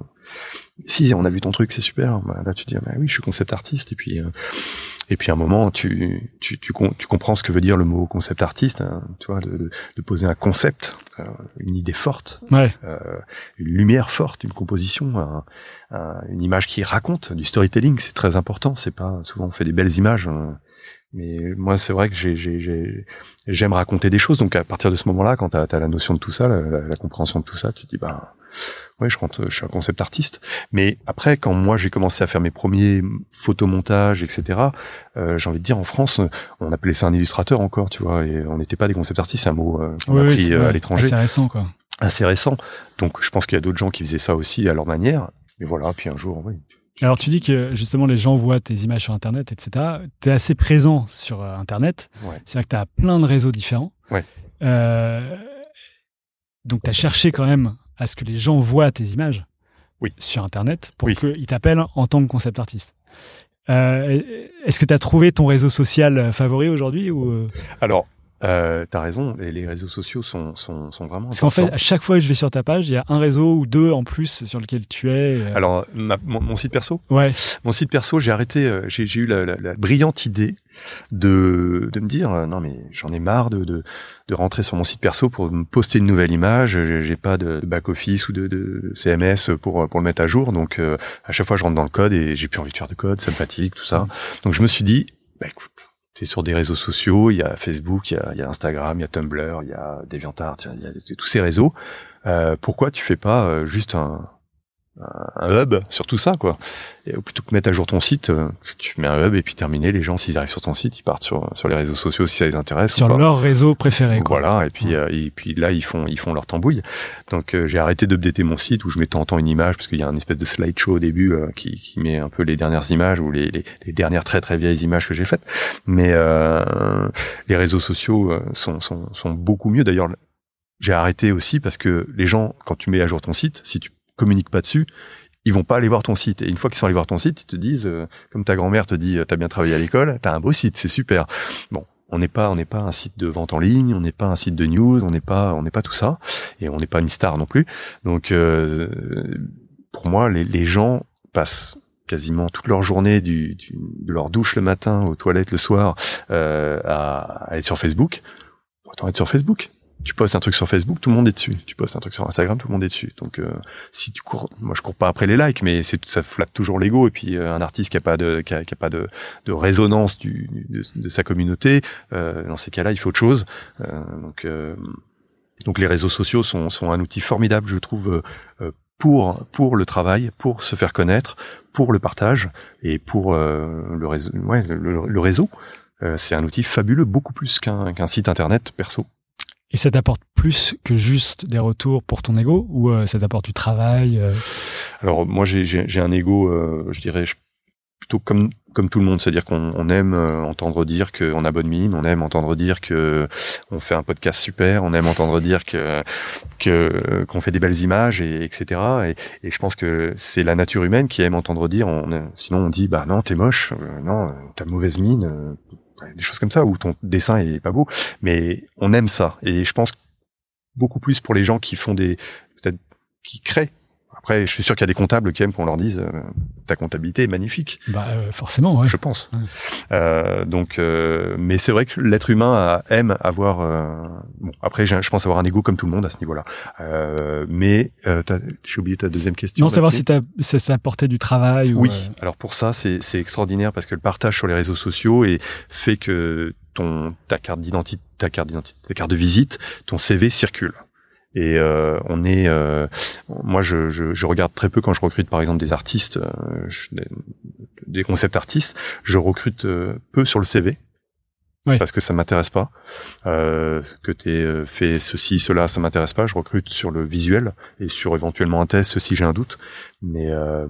si, on a vu ton truc, c'est super. Bah, là, tu dis, bah oui, je suis concept artiste, et puis, euh, et puis à un moment, tu, tu, tu, tu comprends ce que veut dire le mot concept artiste, hein, tu vois, de, de, de poser un concept, euh, une idée forte, ouais. euh, une lumière forte, une composition, un, un, une image qui raconte, du storytelling, c'est très important. C'est pas souvent on fait des belles images. Hein, mais moi, c'est vrai que j'ai, j'ai, j'ai, j'aime raconter des choses. Donc, à partir de ce moment-là, quand t'as, t'as la notion de tout ça, la, la, la compréhension de tout ça, tu te dis, bah, ouais, je rentre, je suis un concept artiste. Mais après, quand moi, j'ai commencé à faire mes premiers photomontages, et cetera, euh, j'ai envie de dire, en France, on appelait ça un illustrateur encore, tu vois, et on n'était pas des concept artistes, c'est un mot euh, qu'on oui, a oui, pris euh, à l'étranger. Assez récent, quoi. Assez récent. Donc, je pense qu'il y a d'autres gens qui faisaient ça aussi à leur manière. Mais voilà, puis un jour, oui. Alors, tu dis que justement, les gens voient tes images sur Internet, et cetera. Tu es assez présent sur euh, Internet. Ouais. C'est-à-dire que tu as plein de réseaux différents. Ouais. Euh, donc, tu as cherché quand même à ce que les gens voient tes images oui. sur Internet pour oui. qu'ils t'appellent en tant que concept artiste. Euh, est-ce que tu as trouvé ton réseau social favori aujourd'hui ou... Alors, Euh, t'as raison, les, les réseaux sociaux sont, sont, sont vraiment Parce qu'en fait, à chaque fois que je vais sur ta page, il y a un réseau ou deux en plus sur lequel tu es. Euh... Alors, ma, mon, mon site perso Ouais. Mon site perso, j'ai arrêté, euh, j'ai, j'ai eu la, la, la brillante idée de, de me dire, euh, non mais j'en ai marre de, de, de rentrer sur mon site perso pour me poster une nouvelle image, j'ai, j'ai pas de, de back-office ou de, de C M S pour, pour le mettre à jour, donc euh, à chaque fois je rentre dans le code et j'ai plus envie de faire de code, ça me fatigue, tout ça. Mmh. Donc je me suis dit, bah écoute, c'est sur des réseaux sociaux, il y a Facebook, il y a, il y a Instagram, il y a Tumblr, il y a DeviantArt, il y a, il y a tous ces réseaux. Euh, pourquoi tu fais pas euh, juste un, un hub sur tout ça, quoi? Et plutôt que mettre à jour ton site, euh, tu mets un hub et puis terminé. Les gens, s'ils arrivent sur ton site, ils partent sur sur les réseaux sociaux si ça les intéresse. Sur leur réseau préféré, quoi. Voilà. Et puis ouais. euh, et puis là, ils font ils font leur tambouille. Donc euh, j'ai arrêté d'updater mon site où je mets de temps en temps une image parce qu'il y a un espèce de slideshow au début euh, qui qui met un peu les dernières images ou les les, les dernières très très vieilles images que j'ai faites. Mais euh, les réseaux sociaux euh, sont sont sont beaucoup mieux. D'ailleurs, j'ai arrêté aussi parce que les gens, quand tu mets à jour ton site, si tu communiques pas dessus, ils vont pas aller voir ton site. Et une fois qu'ils sont allés voir ton site, ils te disent, euh, comme ta grand-mère te dit, t'as bien travaillé à l'école, t'as un beau site, c'est super. Bon, on n'est pas, on n'est pas un site de vente en ligne, on n'est pas un site de news, on n'est pas, on n'est pas tout ça, et on n'est pas une star non plus. Donc, euh, pour moi, les, les gens passent quasiment toute leur journée, du, du, de leur douche le matin aux toilettes le soir, euh, à, à être sur Facebook. Autant être sur Facebook. Tu postes un truc sur Facebook, tout le monde est dessus. Tu postes un truc sur Instagram, tout le monde est dessus. Donc, euh, si tu cours, moi je cours pas après les likes, mais c'est ça flatte toujours l'ego. Et puis euh, un artiste qui a pas de qui a, qui a pas de, de résonance du, de, de sa communauté, euh, dans ces cas-là, il faut autre chose. Euh, donc, euh, donc les réseaux sociaux sont sont un outil formidable, je trouve, euh, pour pour le travail, pour se faire connaître, pour le partage et pour euh, le réseau. Ouais, le, le, le réseau, euh, c'est un outil fabuleux, beaucoup plus qu'un qu'un site internet perso. Et ça t'apporte plus que juste des retours pour ton ego ou euh, ça t'apporte du travail euh... Alors moi j'ai, j'ai, j'ai un ego, euh, je dirais, je, plutôt comme comme tout le monde, c'est-à-dire qu'on on aime euh, entendre dire qu'on a bonne mine, on aime entendre dire que on fait un podcast super, on aime entendre dire que que qu'on fait des belles images, et etc. Et, et je pense que c'est la nature humaine qui aime entendre dire. On, sinon, on dit bah non, t'es moche, euh, non, t'as mauvaise mine, euh, des choses comme ça, ou ton dessin est pas beau. Mais on aime ça, et je pense beaucoup plus pour les gens qui font des peut-être qui créent. Après, je suis sûr qu'il y a des comptables qui aiment qu'on leur dise euh, ta comptabilité est magnifique. Bah euh, forcément, ouais. Je pense. Ouais. Euh, donc, euh, mais c'est vrai que l'être humain a, aime avoir. Euh, bon, après, je pense avoir un ego comme tout le monde à ce niveau-là. Euh, mais euh, j'ai oublié ta deuxième question. Non, savoir si t'as, ça, ça apportait du travail. Oui. Ou, euh... Alors pour ça, c'est, c'est extraordinaire parce que le partage sur les réseaux sociaux et fait que ton ta carte d'identité, ta carte d'identité, ta carte de visite, ton C V circule. Et euh, on est, euh, moi je, je, je regarde très peu quand je recrute par exemple des artistes, euh, je, des, des concept artistes, je recrute euh, peu sur le C V oui. Parce que ça m'intéresse pas. Euh, que t'aies fait ceci, cela, ça m'intéresse pas. Je recrute sur le visuel et sur éventuellement un test, si j'ai un doute. Mais euh,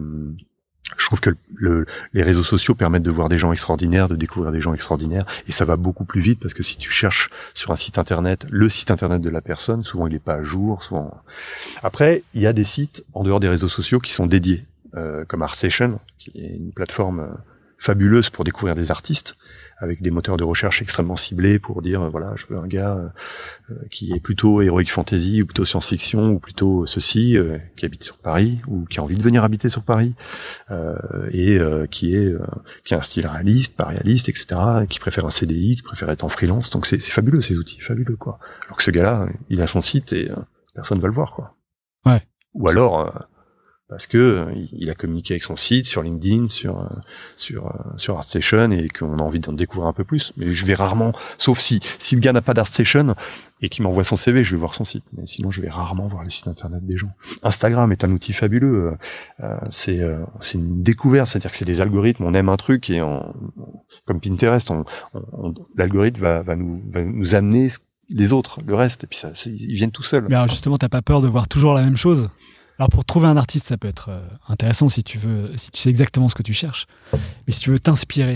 je trouve que le, les réseaux sociaux permettent de voir des gens extraordinaires, de découvrir des gens extraordinaires, et ça va beaucoup plus vite parce que si tu cherches sur un site internet, le site internet de la personne, souvent il est pas à jour, souvent. Après, il y a des sites en dehors des réseaux sociaux qui sont dédiés, euh, comme ArtStation, qui est une plateforme euh, fabuleuse pour découvrir des artistes, avec des moteurs de recherche extrêmement ciblés pour dire, euh, voilà, je veux un gars euh, qui est plutôt heroic fantasy, ou plutôt science-fiction, ou plutôt ceci, euh, qui habite sur Paris, ou qui a envie de venir habiter sur Paris, euh, et euh, qui est euh, qui a un style réaliste, pas réaliste, et cetera, qui préfère un C D I, qui préfère être en freelance. Donc c'est, c'est fabuleux, ces outils, fabuleux, quoi. Alors que ce gars-là, il a son site et euh, personne va le voir, quoi. Ouais. Ou alors... Euh, parce que il a communiqué avec son site sur LinkedIn, sur sur sur ArtStation, et qu'on a envie d'en découvrir un peu plus. Mais je vais rarement, sauf si si le gars n'a pas d'ArtStation et qu'il m'envoie son C V, je vais voir son site. Mais sinon, je vais rarement voir les sites internet des gens. Instagram est un outil fabuleux. Euh, c'est euh, c'est une découverte, c'est-à-dire que c'est des algorithmes. On aime un truc et on, comme Pinterest, on, on, l'algorithme va va nous va nous amener les autres, le reste, et puis ça, ils viennent tout seuls. Mais alors justement, t'as pas peur de voir toujours la même chose? Alors pour trouver un artiste, ça peut être euh, intéressant si tu veux, si tu sais exactement ce que tu cherches. Mais si tu veux t'inspirer.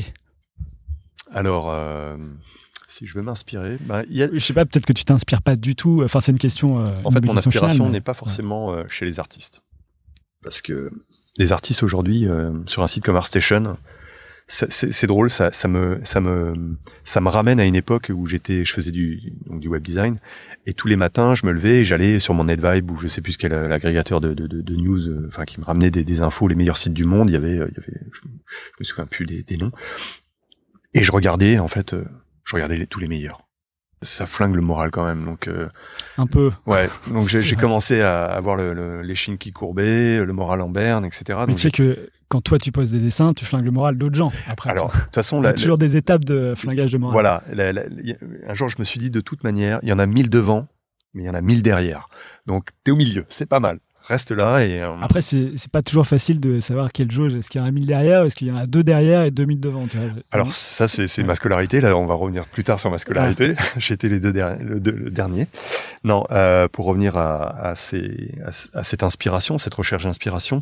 Alors, euh, si je veux m'inspirer, bah, y a... je sais pas, peut-être que tu t'inspires pas du tout. Enfin, c'est une question. Euh, en fait, mon inspiration finale, mais... n'est pas forcément ouais. euh, chez les artistes, parce que les artistes aujourd'hui euh, sur un site comme ArtStation, c'est, c'est, c'est drôle, ça, ça me, ça me, ça me ramène à une époque où j'étais, je faisais du, donc du web design, et tous les matins, je me levais et j'allais sur mon NetVibe, ou je sais plus ce qu'est l'agrégateur de, de, de, de news, euh, enfin qui me ramenait des, des infos, les meilleurs sites du monde. Il y avait, il y avait, je, je me souviens plus des, des noms, et je regardais en fait, euh, je regardais les, tous les meilleurs. Ça flingue le moral quand même, donc euh, un peu. Ouais, donc j'ai, j'ai commencé à avoir le, le, l'échine qui courbait, le moral en berne, et cetera. Mais donc tu sais que quand toi tu poses des dessins, tu flingues le moral d'autres gens. Après, alors, de toute façon, il y a toujours des étapes de flingage de moral. Voilà. La, la, la, un jour, je me suis dit, de toute manière, il y en a mille devant, mais il y en a mille derrière. Donc, t'es au milieu, c'est pas mal. Reste là et... Euh... Après, c'est, c'est pas toujours facile de savoir quelle jauge. Est-ce qu'il y en a mille derrière, est-ce qu'il y en a deux derrière et deux mille devant, tu vois. Alors, ça, c'est, c'est ouais. ma scolarité. Là, on va revenir plus tard sur ma scolarité. Ouais. J'étais les deux der- le, deux, le dernier. Non, euh, pour revenir à, à, ces, à, à cette inspiration, cette recherche d'inspiration,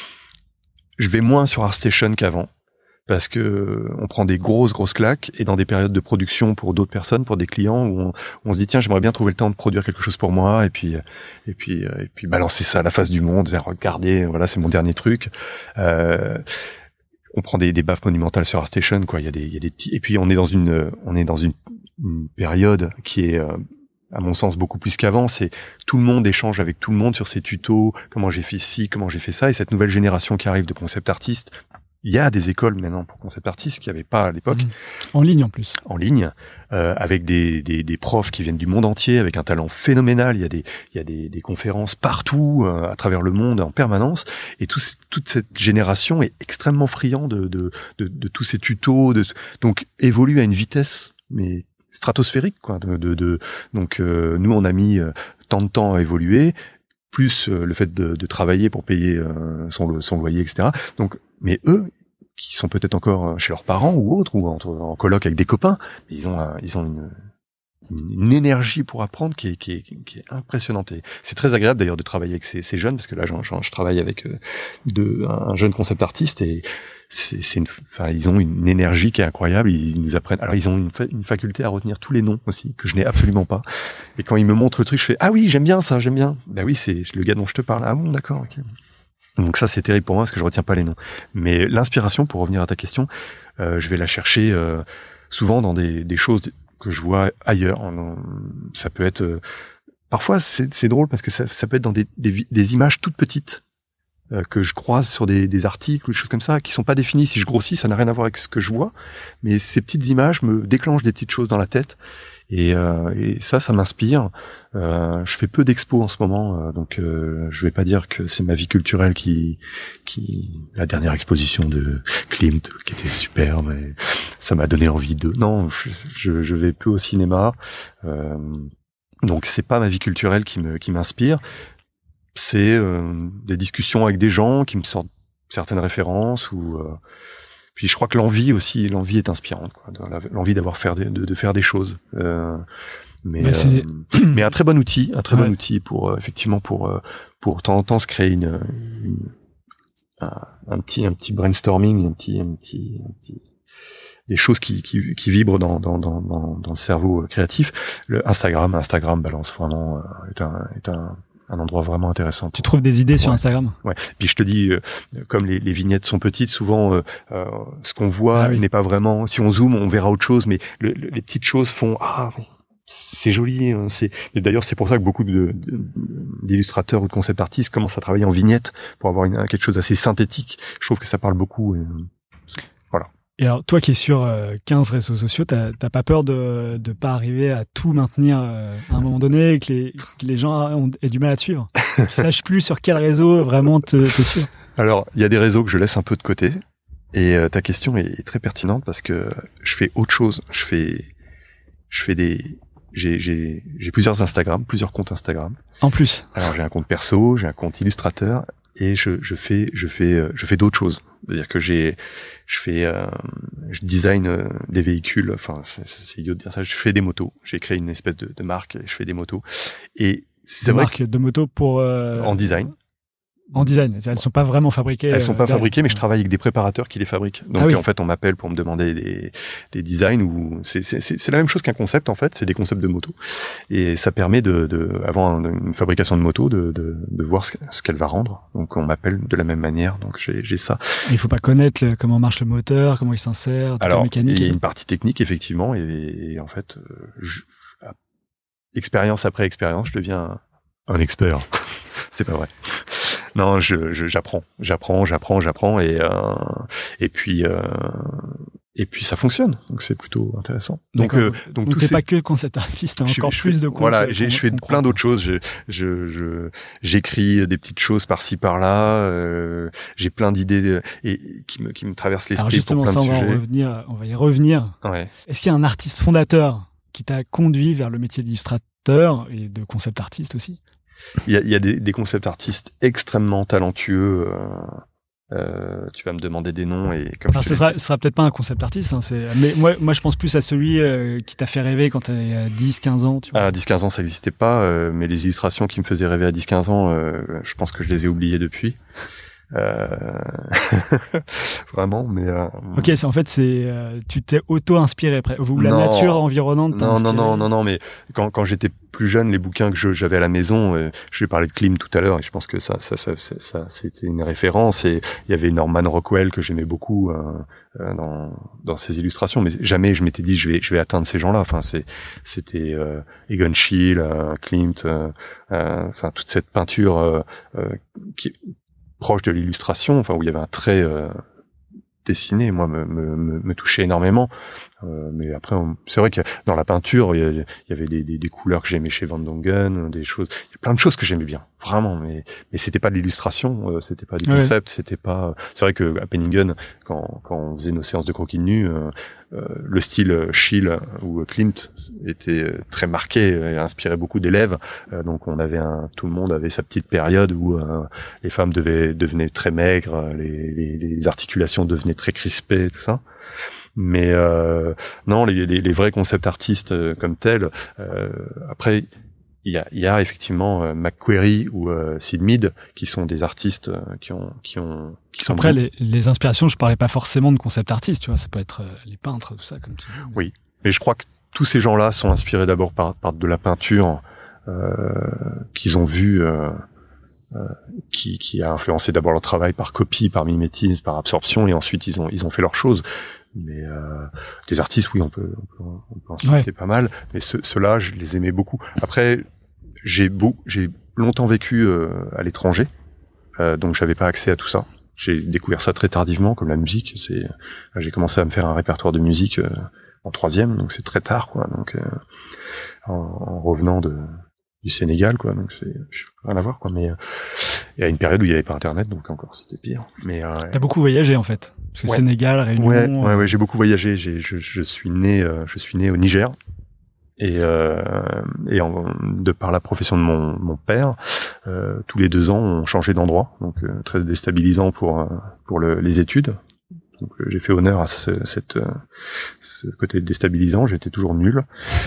je vais moins sur ArtStation qu'avant. Parce que on prend des grosses grosses claques, et dans des périodes de production pour d'autres personnes, pour des clients, où on, on se dit tiens, j'aimerais bien trouver le temps de produire quelque chose pour moi, et puis et puis et puis balancer ça à la face du monde, dire regardez, voilà, c'est mon dernier truc. Euh, on prend des, des baffes monumentales sur ArtStation, quoi. Il y a des il y a des petits, et puis on est dans une on est dans une, une période qui est euh, à mon sens beaucoup plus qu'avant, c'est tout le monde échange avec tout le monde sur ses tutos, comment j'ai fait ci, comment j'ai fait ça, et cette nouvelle génération qui arrive de concept artistes. Il y a des écoles maintenant pour concept artistes qu'il n'y avait pas à l'époque. Mmh. En ligne en plus. En ligne, euh, avec des, des, des profs qui viennent du monde entier, avec un talent phénoménal. Il y a des, il y a des, des conférences partout, euh, à travers le monde, en permanence. Et tout, toute cette génération est extrêmement friand de, de, de, de tous ces tutos. De, donc, évolue à une vitesse, mais stratosphérique, quoi. De, de, de, donc, euh, nous, on a mis euh, tant de temps à évoluer, plus euh, le fait de, de travailler pour payer euh, son, son loyer, et cetera. Donc, mais eux, qui sont peut-être encore chez leurs parents ou autres, ou en, en coloc avec des copains, ils ont, ils ont une, une énergie pour apprendre qui est, qui est, qui est impressionnante. Et c'est très agréable d'ailleurs de travailler avec ces, ces jeunes, parce que là, j'en, j'en, je travaille avec euh, de, un jeune concept artiste et c'est, c'est une, enfin, ils ont une énergie qui est incroyable. Ils nous apprennent. Alors, ils ont une, fa- une faculté à retenir tous les noms aussi que je n'ai absolument pas. Et quand ils me montrent le truc, je fais ah oui, j'aime bien ça, j'aime bien. Ben oui, c'est le gars dont je te parle. Ah bon, d'accord, ok. Donc ça, c'est terrible pour moi parce que je retiens pas les noms. Mais l'inspiration, pour revenir à ta question, euh, je vais la chercher euh, souvent dans des, des choses que je vois ailleurs. Ça peut être euh, parfois c'est, c'est drôle parce que ça, ça peut être dans des, des, des images toutes petites euh, que je croise sur des, des articles ou des choses comme ça qui sont pas définies. Si je grossis, ça n'a rien à voir avec ce que je vois, mais ces petites images me déclenchent des petites choses dans la tête. Et, euh, et ça, ça m'inspire. Euh, je fais peu d'expos en ce moment, euh, donc euh, je vais pas dire que c'est ma vie culturelle qui, qui la dernière exposition de Klimt qui était superbe, et ça m'a donné envie de. Non, je, je vais peu au cinéma, euh, donc c'est pas ma vie culturelle qui me qui m'inspire. C'est euh, des discussions avec des gens qui me sortent certaines références ou. Euh, Puis je crois que l'envie aussi, l'envie est inspirante, quoi, l'envie d'avoir faire des, de, de faire des choses. Euh, mais bah euh, mais un très bon outil, un très ouais. bon outil pour euh, effectivement pour euh, pour de temps en temps se créer une, une un, un petit un petit brainstorming, un petit un petit, un petit des choses qui qui qui vibrent dans dans dans dans, dans le cerveau créatif. Le Instagram, Instagram balance vraiment euh, est un est un un endroit vraiment intéressant. Tu trouves des idées sur ouais. Instagram? Ouais. Puis je te dis, euh, comme les, les vignettes sont petites, souvent euh, euh, ce qu'on voit ah, oui. n'est pas vraiment. Si on zoome, on verra autre chose, mais le, le, les petites choses font ah c'est joli. Hein, c'est et d'ailleurs c'est pour ça que beaucoup de, de, d'illustrateurs ou de concept artistes commencent à travailler en vignettes pour avoir une, quelque chose assez synthétique. Je trouve que ça parle beaucoup. Et, voilà. Et alors, toi qui es sur euh, quinze réseaux sociaux, t'as, t'as pas peur de de pas arriver à tout maintenir euh, à un moment donné, que les, que les gens ont, aient du mal à te suivre, qu'ils sachent plus sur quel réseau vraiment te, te suivre? Alors, il y a des réseaux que je laisse un peu de côté, et euh, ta question est très pertinente parce que je fais autre chose. Je fais, je fais des, j'ai j'ai j'ai plusieurs Instagram, plusieurs comptes Instagram. En plus. Alors j'ai un compte perso, j'ai un compte illustrateur, et je je fais je fais je fais d'autres choses. C'est-à-dire que j'ai, je fais, euh, je design euh, des véhicules. Enfin, c'est, c'est idiot de dire ça. Je fais des motos. J'ai créé une espèce de, de marque. Et je fais des motos. Et c'est des vrai marques que, de motos pour euh, en design. En design, elles sont pas vraiment fabriquées. Elles sont pas euh, fabriquées, mais je travaille avec des préparateurs qui les fabriquent. Donc ah oui. En fait, on m'appelle pour me demander des, des designs ou c'est, c'est, c'est, c'est la même chose qu'un concept en fait. C'est des concepts de moto et ça permet de, de avant une fabrication de moto, de, de, de voir ce, ce qu'elle va rendre. Donc on m'appelle de la même manière. Donc j'ai, j'ai ça. Il faut pas connaître le, comment marche le moteur, comment il s'insère, toute Alors, la mécanique. Il y a une partie technique effectivement et, et en fait, je, expérience après expérience, je deviens un expert. C'est pas vrai. Non, je, je j'apprends, j'apprends, j'apprends, j'apprends et euh, et puis euh, et puis ça fonctionne. Donc c'est plutôt intéressant. Donc euh, donc, donc tout t'es c'est pas que concept artiste, hein, encore je, plus je, de comptes. Voilà, j'ai, je fais plein croit. d'autres choses. Je, je, je j'écris des petites choses par-ci par-là. Euh, j'ai plein d'idées et qui me qui me traversent l'esprit. Alors justement, pour plein ça, de on sujets. va revenir, on va y revenir. Ouais. Est-ce qu'il y a un artiste fondateur qui t'a conduit vers le métier d'illustrateur et de concept artiste aussi? Il y a, il y a des, des concept artistes extrêmement talentueux. Euh, euh, tu vas me demander des noms et comme Alors, je ce sera, ce sera peut-être pas un concept artiste, hein, c'est. Mais moi, moi, je pense plus à celui euh, qui t'a fait rêver quand t'avais dix, quinze ans. Tu vois. À dix, quinze ans, ça n'existait pas, euh, mais les illustrations qui me faisaient rêver à dix, quinze ans, euh, je pense que je les ai oubliées depuis. Euh... Vraiment, mais euh... ok, c'est en fait c'est euh, tu t'es auto-inspiré ou la non, nature environnante t'a non inspiré. non non non non mais quand quand j'étais plus jeune, les bouquins que je, j'avais à la maison, euh, je vais parler de Klimt tout à l'heure et je pense que ça ça ça, ça, ça c'était une référence et il y avait Norman Rockwell que j'aimais beaucoup euh, euh, dans dans ses illustrations, mais jamais je m'étais dit je vais je vais atteindre ces gens-là. Enfin c'est c'était euh, Egon Schiele, euh, Klimt, euh, euh, enfin toute cette peinture euh, euh, qui proche de l'illustration, enfin où il y avait un trait euh, dessiné, moi me, me, me touchait énormément. Euh, mais après, on, c'est vrai que dans la peinture, il y, a, il y avait des, des, des couleurs que j'aimais chez Van Dongen, des choses, il y a plein de choses que j'aimais bien, vraiment. Mais mais c'était pas de l'illustration, euh, c'était pas du ouais. concept, c'était pas. C'est vrai que à Penningen, quand quand on faisait nos séances de croquis de nu, euh, euh, le style Schiele ou Klimt était très marqué et inspirait beaucoup d'élèves. Euh, donc on avait un, tout le monde avait sa petite période où euh, les femmes devaient devenaient très maigres, les, les, les articulations devenaient dessiné très crispé, tout ça. Mais euh, non, les, les, les vrais concept artistes euh, comme tels. Euh, après, il y a, il y a effectivement euh, McQuarrie ou euh, Sid Mead qui sont des artistes euh, qui ont, qui ont, qui sont. Après, les, les inspirations, je parlais pas forcément de concept artistes, tu vois. Ça peut être euh, les peintres, tout ça, comme tu dis. Mais... Oui, mais je crois que tous ces gens-là sont inspirés d'abord par, par de la peinture euh, qu'ils ont vue. Euh, Euh, qui, qui a influencé d'abord leur travail par copie, par mimétisme, par absorption, et ensuite ils ont ils ont fait leurs choses. Mais euh, des artistes, oui, on peut on peut, on peut en citer ouais. pas mal. Mais ce, ceux-là, je les aimais beaucoup. Après, j'ai beau, j'ai longtemps vécu euh, à l'étranger, euh, donc j'avais pas accès à tout ça. J'ai découvert ça très tardivement, comme la musique. C'est, j'ai commencé à me faire un répertoire de musique euh, en troisième, donc c'est très tard, quoi. Donc euh, en, en revenant de du Sénégal, quoi, donc c'est rien à voir, quoi, mais il y a une période où il y avait pas internet, donc encore c'était pire. Mais euh, t'as beaucoup voyagé en fait, parce que ouais. Sénégal, Réunion. Ouais, ouais, ouais, j'ai beaucoup voyagé. J'ai, je, je suis né, euh, je suis né au Niger, et euh, et en, de par la profession de mon mon père, euh, tous les deux ans on changeait d'endroit, donc euh, très déstabilisant pour euh, pour le, les études. Donc j'ai fait honneur à ce, cette, ce côté déstabilisant, j'étais toujours nul.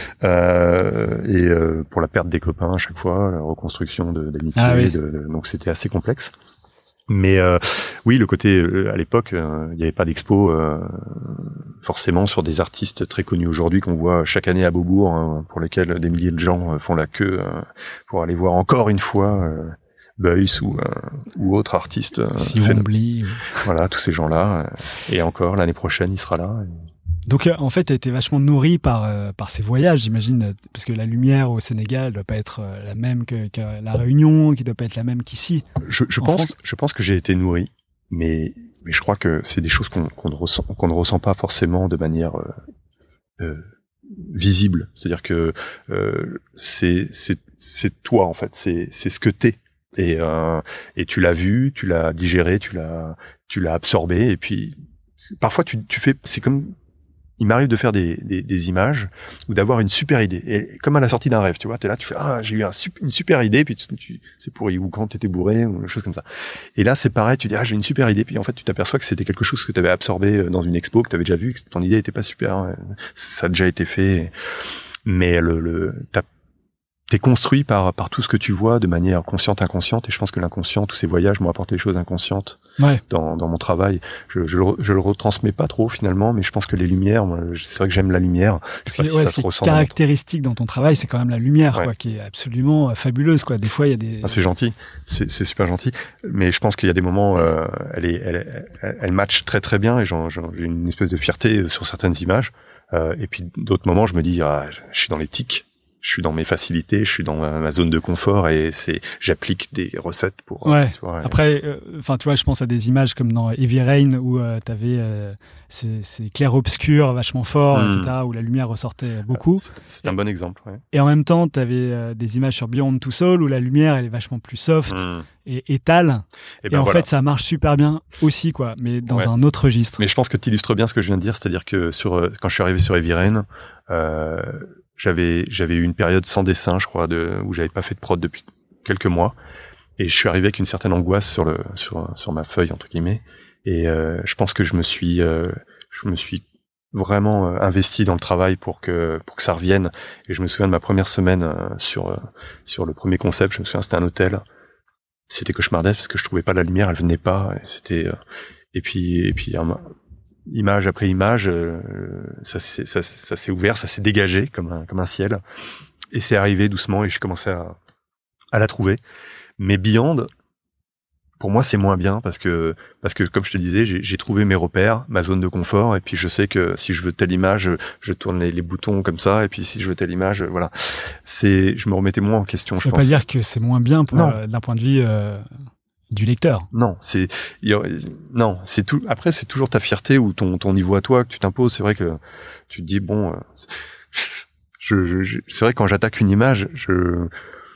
Euh, et euh, pour la perte des copains à chaque fois, la reconstruction de, d'amitié, ah oui. de, de, donc c'était assez complexe. Mais euh, oui, le côté, euh, à l'époque, il euh, n'y avait pas d'expo euh, forcément sur des artistes très connus aujourd'hui qu'on voit chaque année à Beaubourg, hein, pour lesquels des milliers de gens euh, font la queue euh, pour aller voir encore une fois... Euh, Beuys ou euh, ou autre artiste euh, si on oublie ou... voilà, tous ces gens-là euh, et encore l'année prochaine il sera là et... Donc euh, en fait tu as été vachement nourri par euh, par ces voyages, j'imagine, parce que la lumière au Sénégal doit pas être euh, la même que, que la Réunion, qui doit pas être la même qu'ici. Je, je pense France. je pense que j'ai été nourri, mais mais je crois que c'est des choses qu'on qu'on ne ressent qu'on ne ressent pas forcément de manière euh, euh, visible, c'est-à-dire que euh, c'est c'est c'est toi en fait, c'est c'est ce que t'es. Et, euh, et tu l'as vu, tu l'as digéré, tu l'as, tu l'as absorbé. Et puis, parfois, tu, tu fais, c'est comme, il m'arrive de faire des, des, des images ou d'avoir une super idée. Et comme à la sortie d'un rêve, tu vois, t'es là, tu fais, ah, j'ai eu un, une super idée, puis tu, tu, c'est pourri, ou quand t'étais bourré, ou des choses comme ça. Et là, c'est pareil, tu dis, ah, j'ai une super idée, puis en fait, tu t'aperçois que c'était quelque chose que t'avais absorbé dans une expo, que t'avais déjà vu, que ton idée était pas super, ça a déjà été fait. Mais le, le, t'as, t'es construit par par tout ce que tu vois de manière consciente, inconsciente, et je pense que l'inconscient, tous ces voyages m'ont apporté des choses inconscientes ouais. dans dans mon travail. Je je le, je le retransmets pas trop finalement, mais je pense que les lumières, moi, c'est vrai que j'aime la lumière. Je sais pas si ouais, ça se ressent. Caractéristique dans, dans ton travail, c'est quand même la lumière, ouais. quoi, qui est absolument fabuleuse, quoi. Des fois, il y a des. Ah, c'est gentil, c'est c'est super gentil, mais je pense qu'il y a des moments, euh, elle est elle elle, elle match très très bien, et j'en, j'en, j'ai une espèce de fierté sur certaines images, euh, et puis d'autres moments, je me dis, ah, je suis dans les tics. Je suis dans mes facilités, je suis dans ma, ma zone de confort, et c'est, j'applique des recettes pour. Ouais. Tu vois, Après, enfin, euh, tu vois, je pense à des images comme dans Heavy Rain où euh, t'avais euh, ces, ces clairs-obscurs vachement forts, mmh. et cetera, où la lumière ressortait beaucoup. C'est, c'est un bon exemple. Ouais. Et en même temps, t'avais euh, des images sur Beyond Two Souls où la lumière elle est vachement plus soft mmh. et étale. Et, ben et en voilà. fait, ça marche super bien aussi, quoi, mais dans ouais. un autre registre. Mais je pense que tu illustres bien ce que je viens de dire, c'est-à-dire que sur quand je suis arrivé sur Heavy Rain. Euh, J'avais j'avais eu une période sans dessin, je crois, de où j'avais pas fait de prod depuis quelques mois, et je suis arrivé avec une certaine angoisse sur le sur sur ma feuille entre guillemets, et euh, je pense que je me suis euh, je me suis vraiment euh, investi dans le travail pour que pour que ça revienne. Et je me souviens de ma première semaine euh, sur euh, sur le premier concept. Je me souviens, c'était un hôtel. C'était cauchemardesque parce que je trouvais pas la lumière, elle venait pas. Et c'était euh, et puis et puis un, image après image, euh, ça, ça, ça, ça s'est ouvert, ça s'est dégagé comme un, comme un ciel, et c'est arrivé doucement, et j'ai commencé à, à la trouver. Mais Beyond, pour moi, c'est moins bien parce que, parce que comme je te disais, j'ai, j'ai trouvé mes repères, ma zone de confort, et puis je sais que si je veux telle image, je tourne les, les boutons comme ça, et puis si je veux telle image, voilà. C'est, je me remettais moins en question. Ça je veut pense. pas dire que c'est moins bien pour, euh, d'un point de vue. Euh... du lecteur. Non, c'est non, c'est tout. Après, c'est toujours ta fierté ou ton ton niveau à toi que tu t'imposes. C'est vrai que tu te dis bon, euh, je, je, je c'est vrai que quand j'attaque une image, je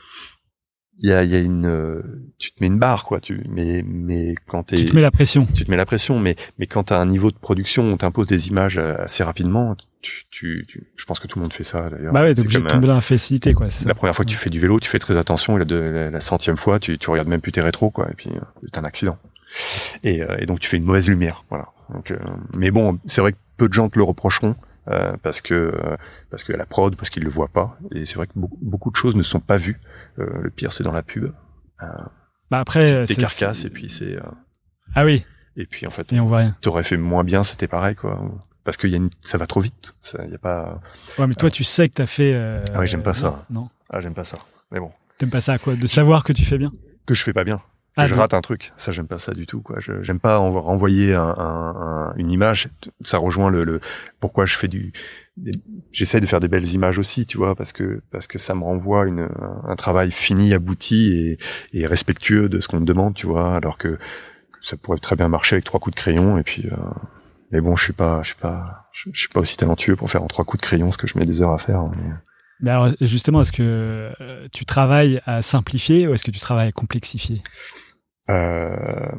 il y a il y a une euh, tu te mets une barre quoi. Tu mais mais quand t'es tu te mets la pression. Tu te mets la pression. Mais mais quand t'as un niveau de production où on t'impose des images assez rapidement. Tu, tu, tu, je pense que tout le monde fait ça d'ailleurs. Bah ouais, t'es obligé de tomber dans la facilité quoi. C'est la première fois que tu fais du vélo, tu fais très attention, et la, de, la, la centième fois, tu, tu regardes même plus tes rétros quoi, et puis c'est un accident. et, euh, et donc tu fais une mauvaise lumière. Voilà. Donc, euh, mais bon, c'est vrai que peu de gens te le reprocheront. Euh, parce que euh, parce que la prod, parce qu'ils le voient pas, et c'est vrai que beaucoup, beaucoup de choses ne sont pas vues. Euh, le pire, c'est dans la pub. Euh, bah après, des c'est, carcasses c'est... et puis c'est. Euh, ah oui. Et puis en fait, et on voit rien. T'aurais fait moins bien, c'était pareil quoi. Parce que y a une, ça va trop vite. Ça, y a pas. Ouais, mais toi, euh... tu sais que t'as fait. Euh... Ah oui, j'aime pas ça. Non. Ah, j'aime pas ça. Mais bon. T'aimes pas ça à quoi? De savoir que tu fais bien? Que je fais pas bien. Ah, je donc... rate un truc, ça j'aime pas ça du tout quoi. Je, j'aime pas en renvoyer un, un, un, une image. Ça rejoint le, le pourquoi je fais du. J'essaie de faire des belles images aussi, tu vois, parce que parce que ça me renvoie une un travail fini, abouti et, et respectueux de ce qu'on me demande, tu vois. Alors que, que ça pourrait très bien marcher avec trois coups de crayon et puis. Euh, mais bon, je suis pas, je suis pas, je, je suis pas aussi talentueux pour faire en trois coups de crayon ce que je mets des heures à faire. Mais... Mais alors, justement, est-ce que euh, tu travailles à simplifier ou est-ce que tu travailles à complexifier? euh...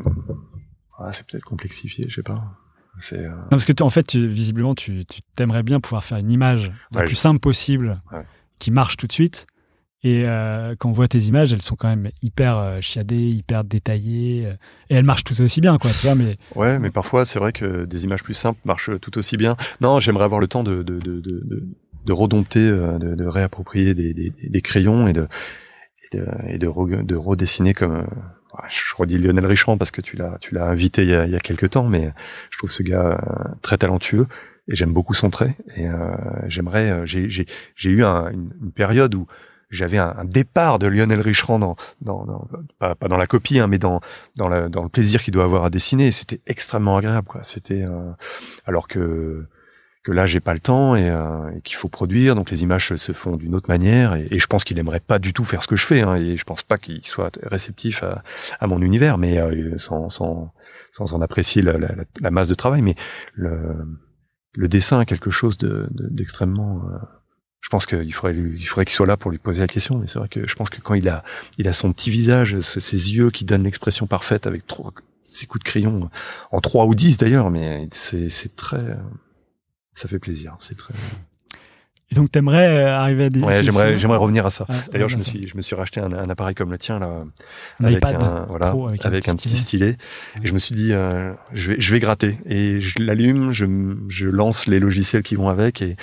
ah, c'est peut-être complexifié, je sais pas. C'est, euh... Non, parce que en fait, tu, visiblement, tu, tu t'aimerais bien pouvoir faire une image la ouais, plus je... simple possible, ouais. qui marche tout de suite. Et euh, quand on voit tes images, elles sont quand même hyper euh, chiadées, hyper détaillées, euh, et elles marchent tout aussi bien, quoi. Tu vois, mais ouais, mais parfois, c'est vrai que des images plus simples marchent tout aussi bien. Non, j'aimerais avoir le temps de de de de, de, de redompter, de, de réapproprier des, des, des crayons et de et de, et de, re, de redessiner comme. Je redis Lionel Richand parce que tu l'as tu l'as invité il y a, il y a quelques temps, mais je trouve ce gars très talentueux et j'aime beaucoup son trait. Et euh, j'aimerais, j'ai j'ai j'ai eu un, une, une période où j'avais un, un départ de Lionel Richand dans, dans, dans pas, pas dans la copie, hein, mais dans dans, la, dans le plaisir qu'il doit avoir à dessiner. Et c'était extrêmement agréable, quoi. C'était euh, alors que que là j'ai pas le temps et, euh, et qu'il faut produire, donc les images se font d'une autre manière. Et, et je pense qu'il aimerait pas du tout faire ce que je fais, hein, et je pense pas qu'il soit réceptif à, à mon univers, mais euh, sans sans sans en apprécier la, la, la masse de travail. Mais le le dessin a quelque chose de, de d'extrêmement euh, je pense qu'il faudrait lui, il faudrait qu'il soit là pour lui poser la question, mais c'est vrai que je pense que quand il a, il a son petit visage, ses yeux qui donnent l'expression parfaite avec trois, ses coups de crayon, en trois ou dix d'ailleurs, mais c'est, c'est très, ça fait plaisir, c'est très. Et donc t'aimerais arriver à des. Ouais, j'aimerais, j'aimerais revenir à ça. Ah, d'ailleurs, je me ça. suis, je me suis racheté un, un appareil comme le tien là, un avec iPad un, voilà, Pro avec, avec un, un petit stylet. stylet. Et je me suis dit, euh, je vais, je vais gratter et je l'allume, je, je lance les logiciels qui vont avec et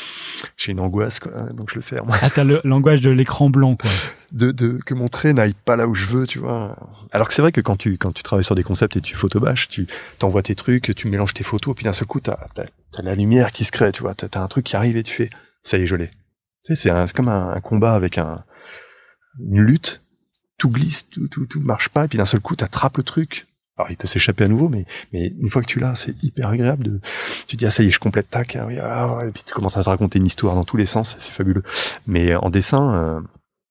j'ai une angoisse, quoi, donc je le fais. Moi. Ah, t'as le, l'angoisse de l'écran blanc, quoi. De, de, que mon trait n'aille pas là où je veux, tu vois. Alors que c'est vrai que quand tu, quand tu travailles sur des concepts et tu photobâches, tu t'envoies tes trucs, tu mélanges tes photos, puis d'un seul coup, t'as, t'as, t'as la lumière qui se crée, tu vois. T'as, t'as un truc qui arrive et tu fais, ça y est, je l'ai. Tu sais, c'est, un, c'est comme un, un combat avec un, une lutte. Tout glisse, tout, tout, tout marche pas, et puis d'un seul coup, t'attrapes le truc. Alors, il peut s'échapper à nouveau, mais, mais une fois que tu l'as, c'est hyper agréable de, tu dis, ah, ça y est, je complète, tac, ah, oui, ah, et puis tu commences à se raconter une histoire dans tous les sens, c'est fabuleux. Mais en dessin, euh,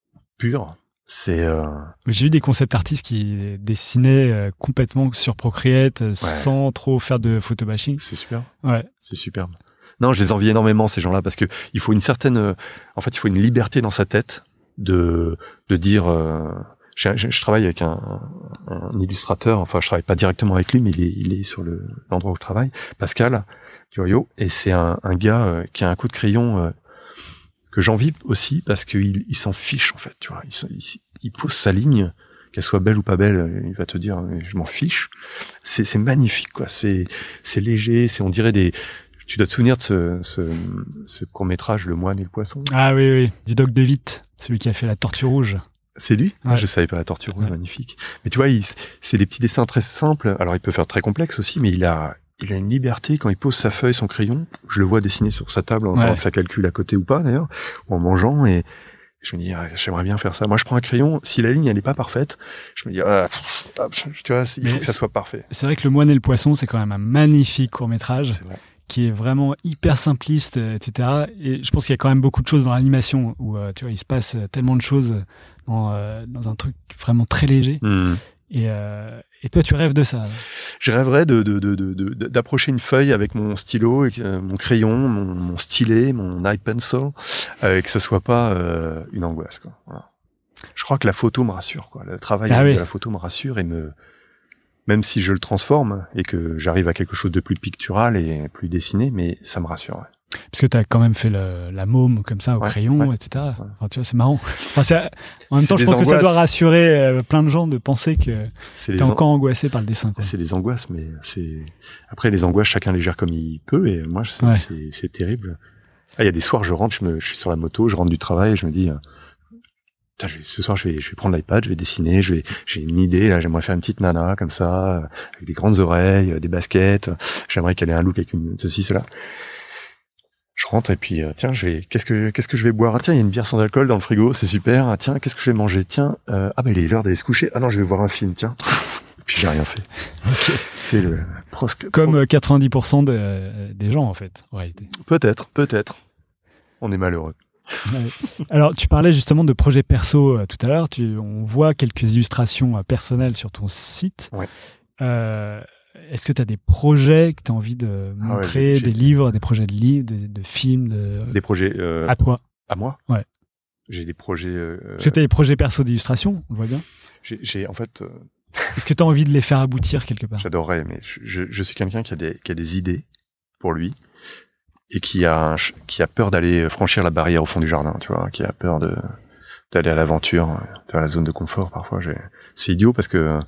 pur, c'est, euh... J'ai eu des concept artistes qui dessinaient euh, complètement sur Procreate, euh, ouais. sans trop faire de photobashing. C'est super. Ouais. C'est superbe. Non, je les envie énormément, ces gens-là, parce que il faut une certaine, euh, en fait, il faut une liberté dans sa tête de, de dire, euh, Je, je, je travaille avec un, un illustrateur, enfin je travaille pas directement avec lui, mais il est, il est sur le, l'endroit où je travaille, Pascal Duriot, et c'est un, un gars euh, qui a un coup de crayon euh, que j'envie aussi parce qu'il il s'en fiche en fait, tu vois, il, il, il pose sa ligne, qu'elle soit belle ou pas belle, il va te dire je m'en fiche. C'est, c'est magnifique quoi, c'est, c'est léger, c'est on dirait des. Tu dois te souvenir de ce, ce, ce court métrage Le Moine et le Poisson. Ah oui oui, du Doc DeWitt, celui qui a fait La Tortue Rouge. C'est lui? Ouais. Je savais pas, La Tortue Rouge, ouais. Magnifique. Mais tu vois, il, c'est des petits dessins très simples. Alors, il peut faire très complexe aussi, mais il a, il a une liberté quand il pose sa feuille, son crayon. Je le vois dessiner sur sa table, en ouais. que ça calcule à côté ou pas, d'ailleurs, ou en mangeant, et je me dis, ah, j'aimerais bien faire ça. Moi, je prends un crayon, si la ligne, elle est pas parfaite, je me dis, ah, pff, tu vois, il mais faut que ça soit parfait. C'est vrai que Le Moine et le Poisson, c'est quand même un magnifique court-métrage. C'est vrai. Qui est vraiment hyper simpliste, et cetera. Et je pense qu'il y a quand même beaucoup de choses dans l'animation où, euh, tu vois, il se passe tellement de choses dans, euh, dans un truc vraiment très léger. Mmh. Et, euh, et toi, tu rêves de ça? Je rêverais de, de, de, de, de, d'approcher une feuille avec mon stylo, et euh, mon crayon, mon, mon stylet, mon iPencil, euh, et que ce soit pas euh, une angoisse, quoi. Voilà. Je crois que la photo me rassure, quoi. Le travail ah, oui. de la photo me rassure et me... Même si je le transforme et que j'arrive à quelque chose de plus pictural et plus dessiné, mais ça me rassure. Ouais. Parce que tu as quand même fait le, la môme comme ça au ouais, crayon, ouais. et cetera. Ouais. Enfin, tu vois, c'est marrant. Enfin, c'est, en même c'est temps, je pense angoisses. que ça doit rassurer euh, plein de gens de penser que tu es encore an... angoissé par le dessin. Quoi. C'est des angoisses, mais c'est après les angoisses, chacun les gère comme il peut. Et moi, c'est, ouais. c'est, c'est terrible. Il ah, y a des soirs, je rentre, je, me, je suis sur la moto, je rentre du travail, et je me dis. Euh, Putain, je vais, ce soir, je vais, je vais prendre l'iPad, je vais dessiner, je vais, j'ai une idée, là, j'aimerais faire une petite nana, comme ça, euh, avec des grandes oreilles, euh, des baskets, j'aimerais qu'elle ait un look avec une, ceci, cela. Je rentre, et puis, euh, tiens, je vais, qu'est-ce que, qu'est-ce que je vais boire? Ah, tiens, il y a une bière sans alcool dans le frigo, c'est super. Ah, tiens, qu'est-ce que je vais manger? Tiens, euh, ah, bah, il est l'heure d'aller se coucher. Ah non, je vais voir un film, tiens. Et puis, j'ai rien fait. Okay. C'est le, prosque, Comme quatre-vingt-dix pour cent de, des gens, en fait, en réalité. Peut-être, peut-être. On est malheureux. Ouais. Alors, tu parlais justement de projets perso euh, tout à l'heure. Tu, on voit quelques illustrations euh, personnelles sur ton site. Ouais. Euh, est-ce que tu as des projets que tu as envie de montrer, ah ouais, j'ai, des j'ai... livres, des projets de livres, de, de films de... Des projets... Euh, à toi. À moi? Ouais. J'ai des projets... Euh, Parce que tu as des projets perso d'illustration, on le voit bien. J'ai, j'ai en fait... Euh... Est-ce que tu as envie de les faire aboutir quelque part? J'adorerais, mais je, je, je suis quelqu'un qui a, des, qui a des idées pour lui. Et qui a un, qui a peur d'aller franchir la barrière au fond du jardin, tu vois, qui a peur de d'aller à l'aventure, à la zone de confort. Parfois, j'ai, c'est idiot parce que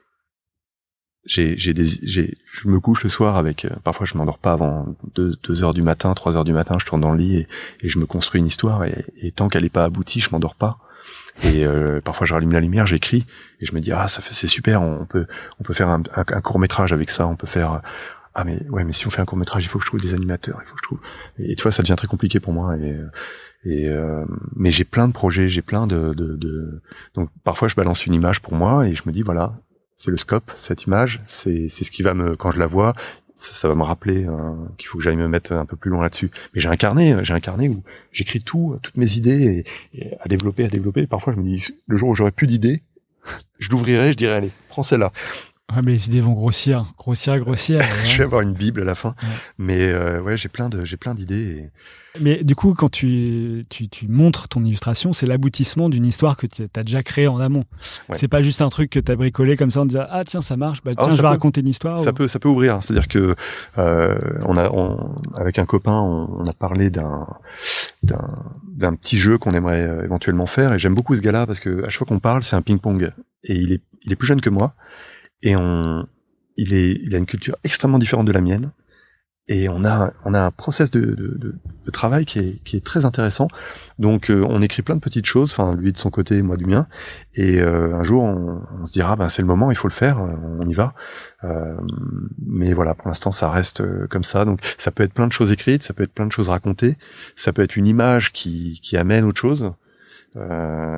j'ai, j'ai des, j'ai, je me couche le soir avec, parfois je m'endors pas avant deux, deux heures du matin, trois heures du matin, je tourne dans le lit et, et je me construis une histoire et, et tant qu'elle est pas aboutie, je m'endors pas. Et euh, parfois je rallume la lumière, j'écris et je me dis ah ça fait, c'est super, on peut, on peut faire un, un, un court métrage avec ça, on peut faire ah mais ouais mais si on fait un court métrage il faut que je trouve des animateurs, il faut que je trouve et tu vois ça devient très compliqué pour moi et et euh, mais j'ai plein de projets, j'ai plein de, de de donc parfois je balance une image pour moi et je me dis voilà c'est le scope, cette image c'est c'est ce qui va me quand je la vois ça, ça va me rappeler euh, qu'il faut que j'aille me mettre un peu plus loin là-dessus. Mais j'ai un carnet, j'ai un carnet où j'écris tout, toutes mes idées et, et à développer, à développer. Et parfois je me dis le jour où j'aurai plus d'idées, je l'ouvrirai, je dirai allez prends celle-là. Ouais, mais les idées vont grossir, grossir, grossir. Ouais. Je vais avoir une bible à la fin, ouais. mais euh, ouais, j'ai plein de, j'ai plein d'idées. Et... Mais du coup, quand tu, tu, tu montres ton illustration, c'est l'aboutissement d'une histoire que tu as déjà créée en amont. Ouais. C'est pas juste un truc que tu as bricolé comme ça en disant ah tiens ça marche, bah tiens oh, je vais peut, raconter une histoire. Ça ou... peut, ça peut ouvrir. C'est-à-dire que euh, on a, on, avec un copain, on, on a parlé d'un, d'un, d'un petit jeu qu'on aimerait euh, éventuellement faire. Et j'aime beaucoup ce gars-là parce que à chaque fois qu'on parle, c'est un ping-pong. Et il est, il est plus jeune que moi. Et on, il est, il a une culture extrêmement différente de la mienne. Et on a, on a un process de, de, de, de travail qui est, qui est très intéressant. Donc, euh, on écrit plein de petites choses, enfin, lui de son côté, moi du mien. Et euh, un jour, on, on se dira, ben c'est le moment, il faut le faire, on y va. Euh, mais voilà, pour l'instant, ça reste euh, comme ça. Donc, ça peut être plein de choses écrites, ça peut être plein de choses racontées, ça peut être une image qui, qui amène autre chose. Euh,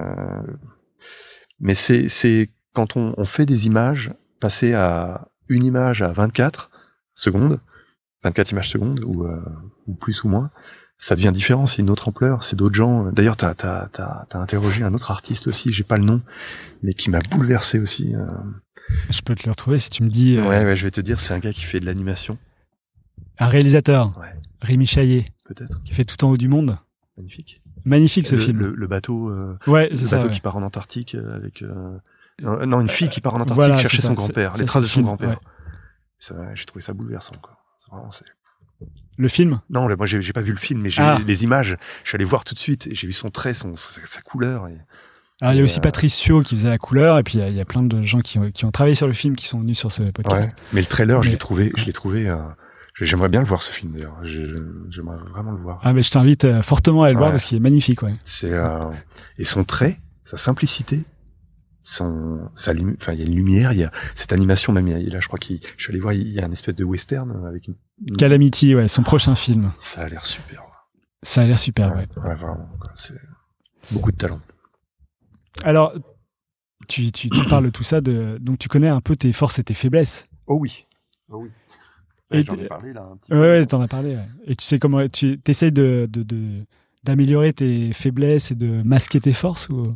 mais c'est, c'est quand on, on fait des images. Passer à une image à vingt-quatre secondes, vingt-quatre images secondes, ou, euh, ou plus ou moins, ça devient différent, c'est une autre ampleur, c'est d'autres gens. D'ailleurs, t'as, t'as, t'as, t'as interrogé un autre artiste aussi, j'ai pas le nom, mais qui m'a bouleversé aussi. Euh... Je peux te le retrouver si tu me dis... Euh... Ouais, ouais, je vais te dire, c'est un gars qui fait de l'animation. Un réalisateur, ouais. Rémi Chaillet. Peut-être. Qui fait Tout en haut du monde. Magnifique. Magnifique ce le, film. Le, le bateau, euh, ouais, le c'est bateau ça, qui ouais. part en Antarctique avec... Euh... Non, une fille qui part en Antarctique voilà, chercher ça, son grand-père, c'est, les ça, traces de son film, grand-père. Ouais. Ça, j'ai trouvé ça bouleversant, quoi. C'est vraiment, c'est... Le film? Non, moi j'ai, j'ai pas vu le film, mais j'ai ah. vu les images. Je suis allé voir tout de suite et j'ai vu son trait, son, sa, sa couleur. Et, Alors il y a aussi euh... Patrice Sio qui faisait la couleur, et puis il y, y a plein de gens qui ont, qui ont travaillé sur le film qui sont venus sur ce podcast. Ouais, mais le trailer, mais... je l'ai trouvé, je l'ai trouvé. Euh... J'aimerais bien le voir ce film d'ailleurs. Je, j'aimerais vraiment le voir. Ah mais je t'invite euh, fortement à aller le ouais. voir parce qu'il est magnifique, ouais. C'est euh... et son trait, sa simplicité. Son, sa lumi- enfin, il y a une lumière, il y a cette animation même, il y a, là, je crois qu'il, je suis allé voir, il y a une espèce de western avec une, une... Calamity, ouais, son prochain film. Ça a l'air super. Ça a l'air super, ouais. Ouais, ouais vraiment, quoi. C'est beaucoup de talent. Alors, tu, tu, tu parles de tout ça de, donc tu connais un peu tes forces et tes faiblesses. Oh oui. Oh oui. Ouais, et j'en ai parlé, là, un petit ouais, peu. Ouais, t'en as parlé, ouais. Et tu sais comment, tu, t'essayes de, de, de, d'améliorer tes faiblesses et de masquer tes forces ou?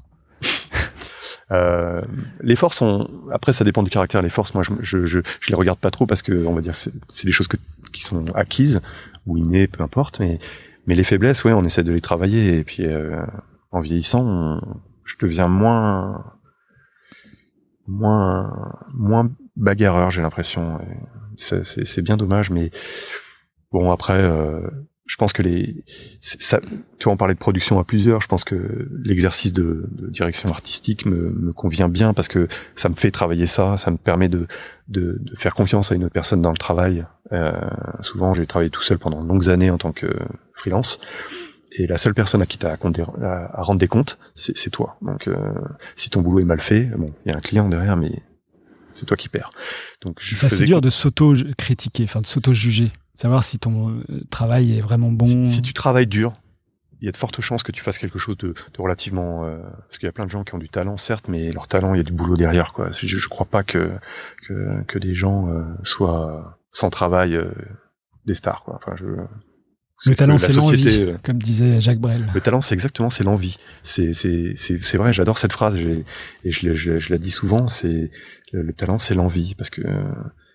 Euh, les forces sont, après ça dépend du caractère. Les forces, moi je, je, je, je les regarde pas trop parce que on va dire c'est, c'est des choses que, qui sont acquises ou innées, peu importe. Mais, mais les faiblesses, ouais, on essaie de les travailler et puis euh, en vieillissant, on, je deviens moins, moins, moins bagarreur, j'ai l'impression. C'est, c'est, c'est bien dommage, mais bon après, euh, je pense que les, ça, tu vois, on parlait de production à plusieurs. Je pense que l'exercice de, de direction artistique me, me convient bien parce que ça me fait travailler ça, ça me permet de, de, de faire confiance à une autre personne dans le travail. Euh, souvent, j'ai travaillé tout seul pendant de longues années en tant que freelance, et la seule personne à qui tu as à, à rendre des comptes, c'est, c'est toi. Donc, euh, si ton boulot est mal fait, bon, il y a un client derrière, mais c'est toi qui perds. Donc, je ça, c'est dur de s'auto-critiquer, enfin de s'auto-juger. Savoir si ton travail est vraiment bon. Si, si tu travailles dur, il y a de fortes chances que tu fasses quelque chose de, de relativement... Euh, parce qu'il y a plein de gens qui ont du talent, certes, mais leur talent, il y a du boulot derrière, quoi. Je, je crois pas que que, que des gens euh, soient sans travail euh, des stars, quoi. Enfin, je... Le talent, c'est société, l'envie, euh, comme disait Jacques Brel. Le talent, c'est exactement, c'est l'envie. C'est, c'est, c'est, c'est vrai, j'adore cette phrase, j'ai, et je, je, je la dis souvent, c'est, le, le talent, c'est l'envie, parce que, euh,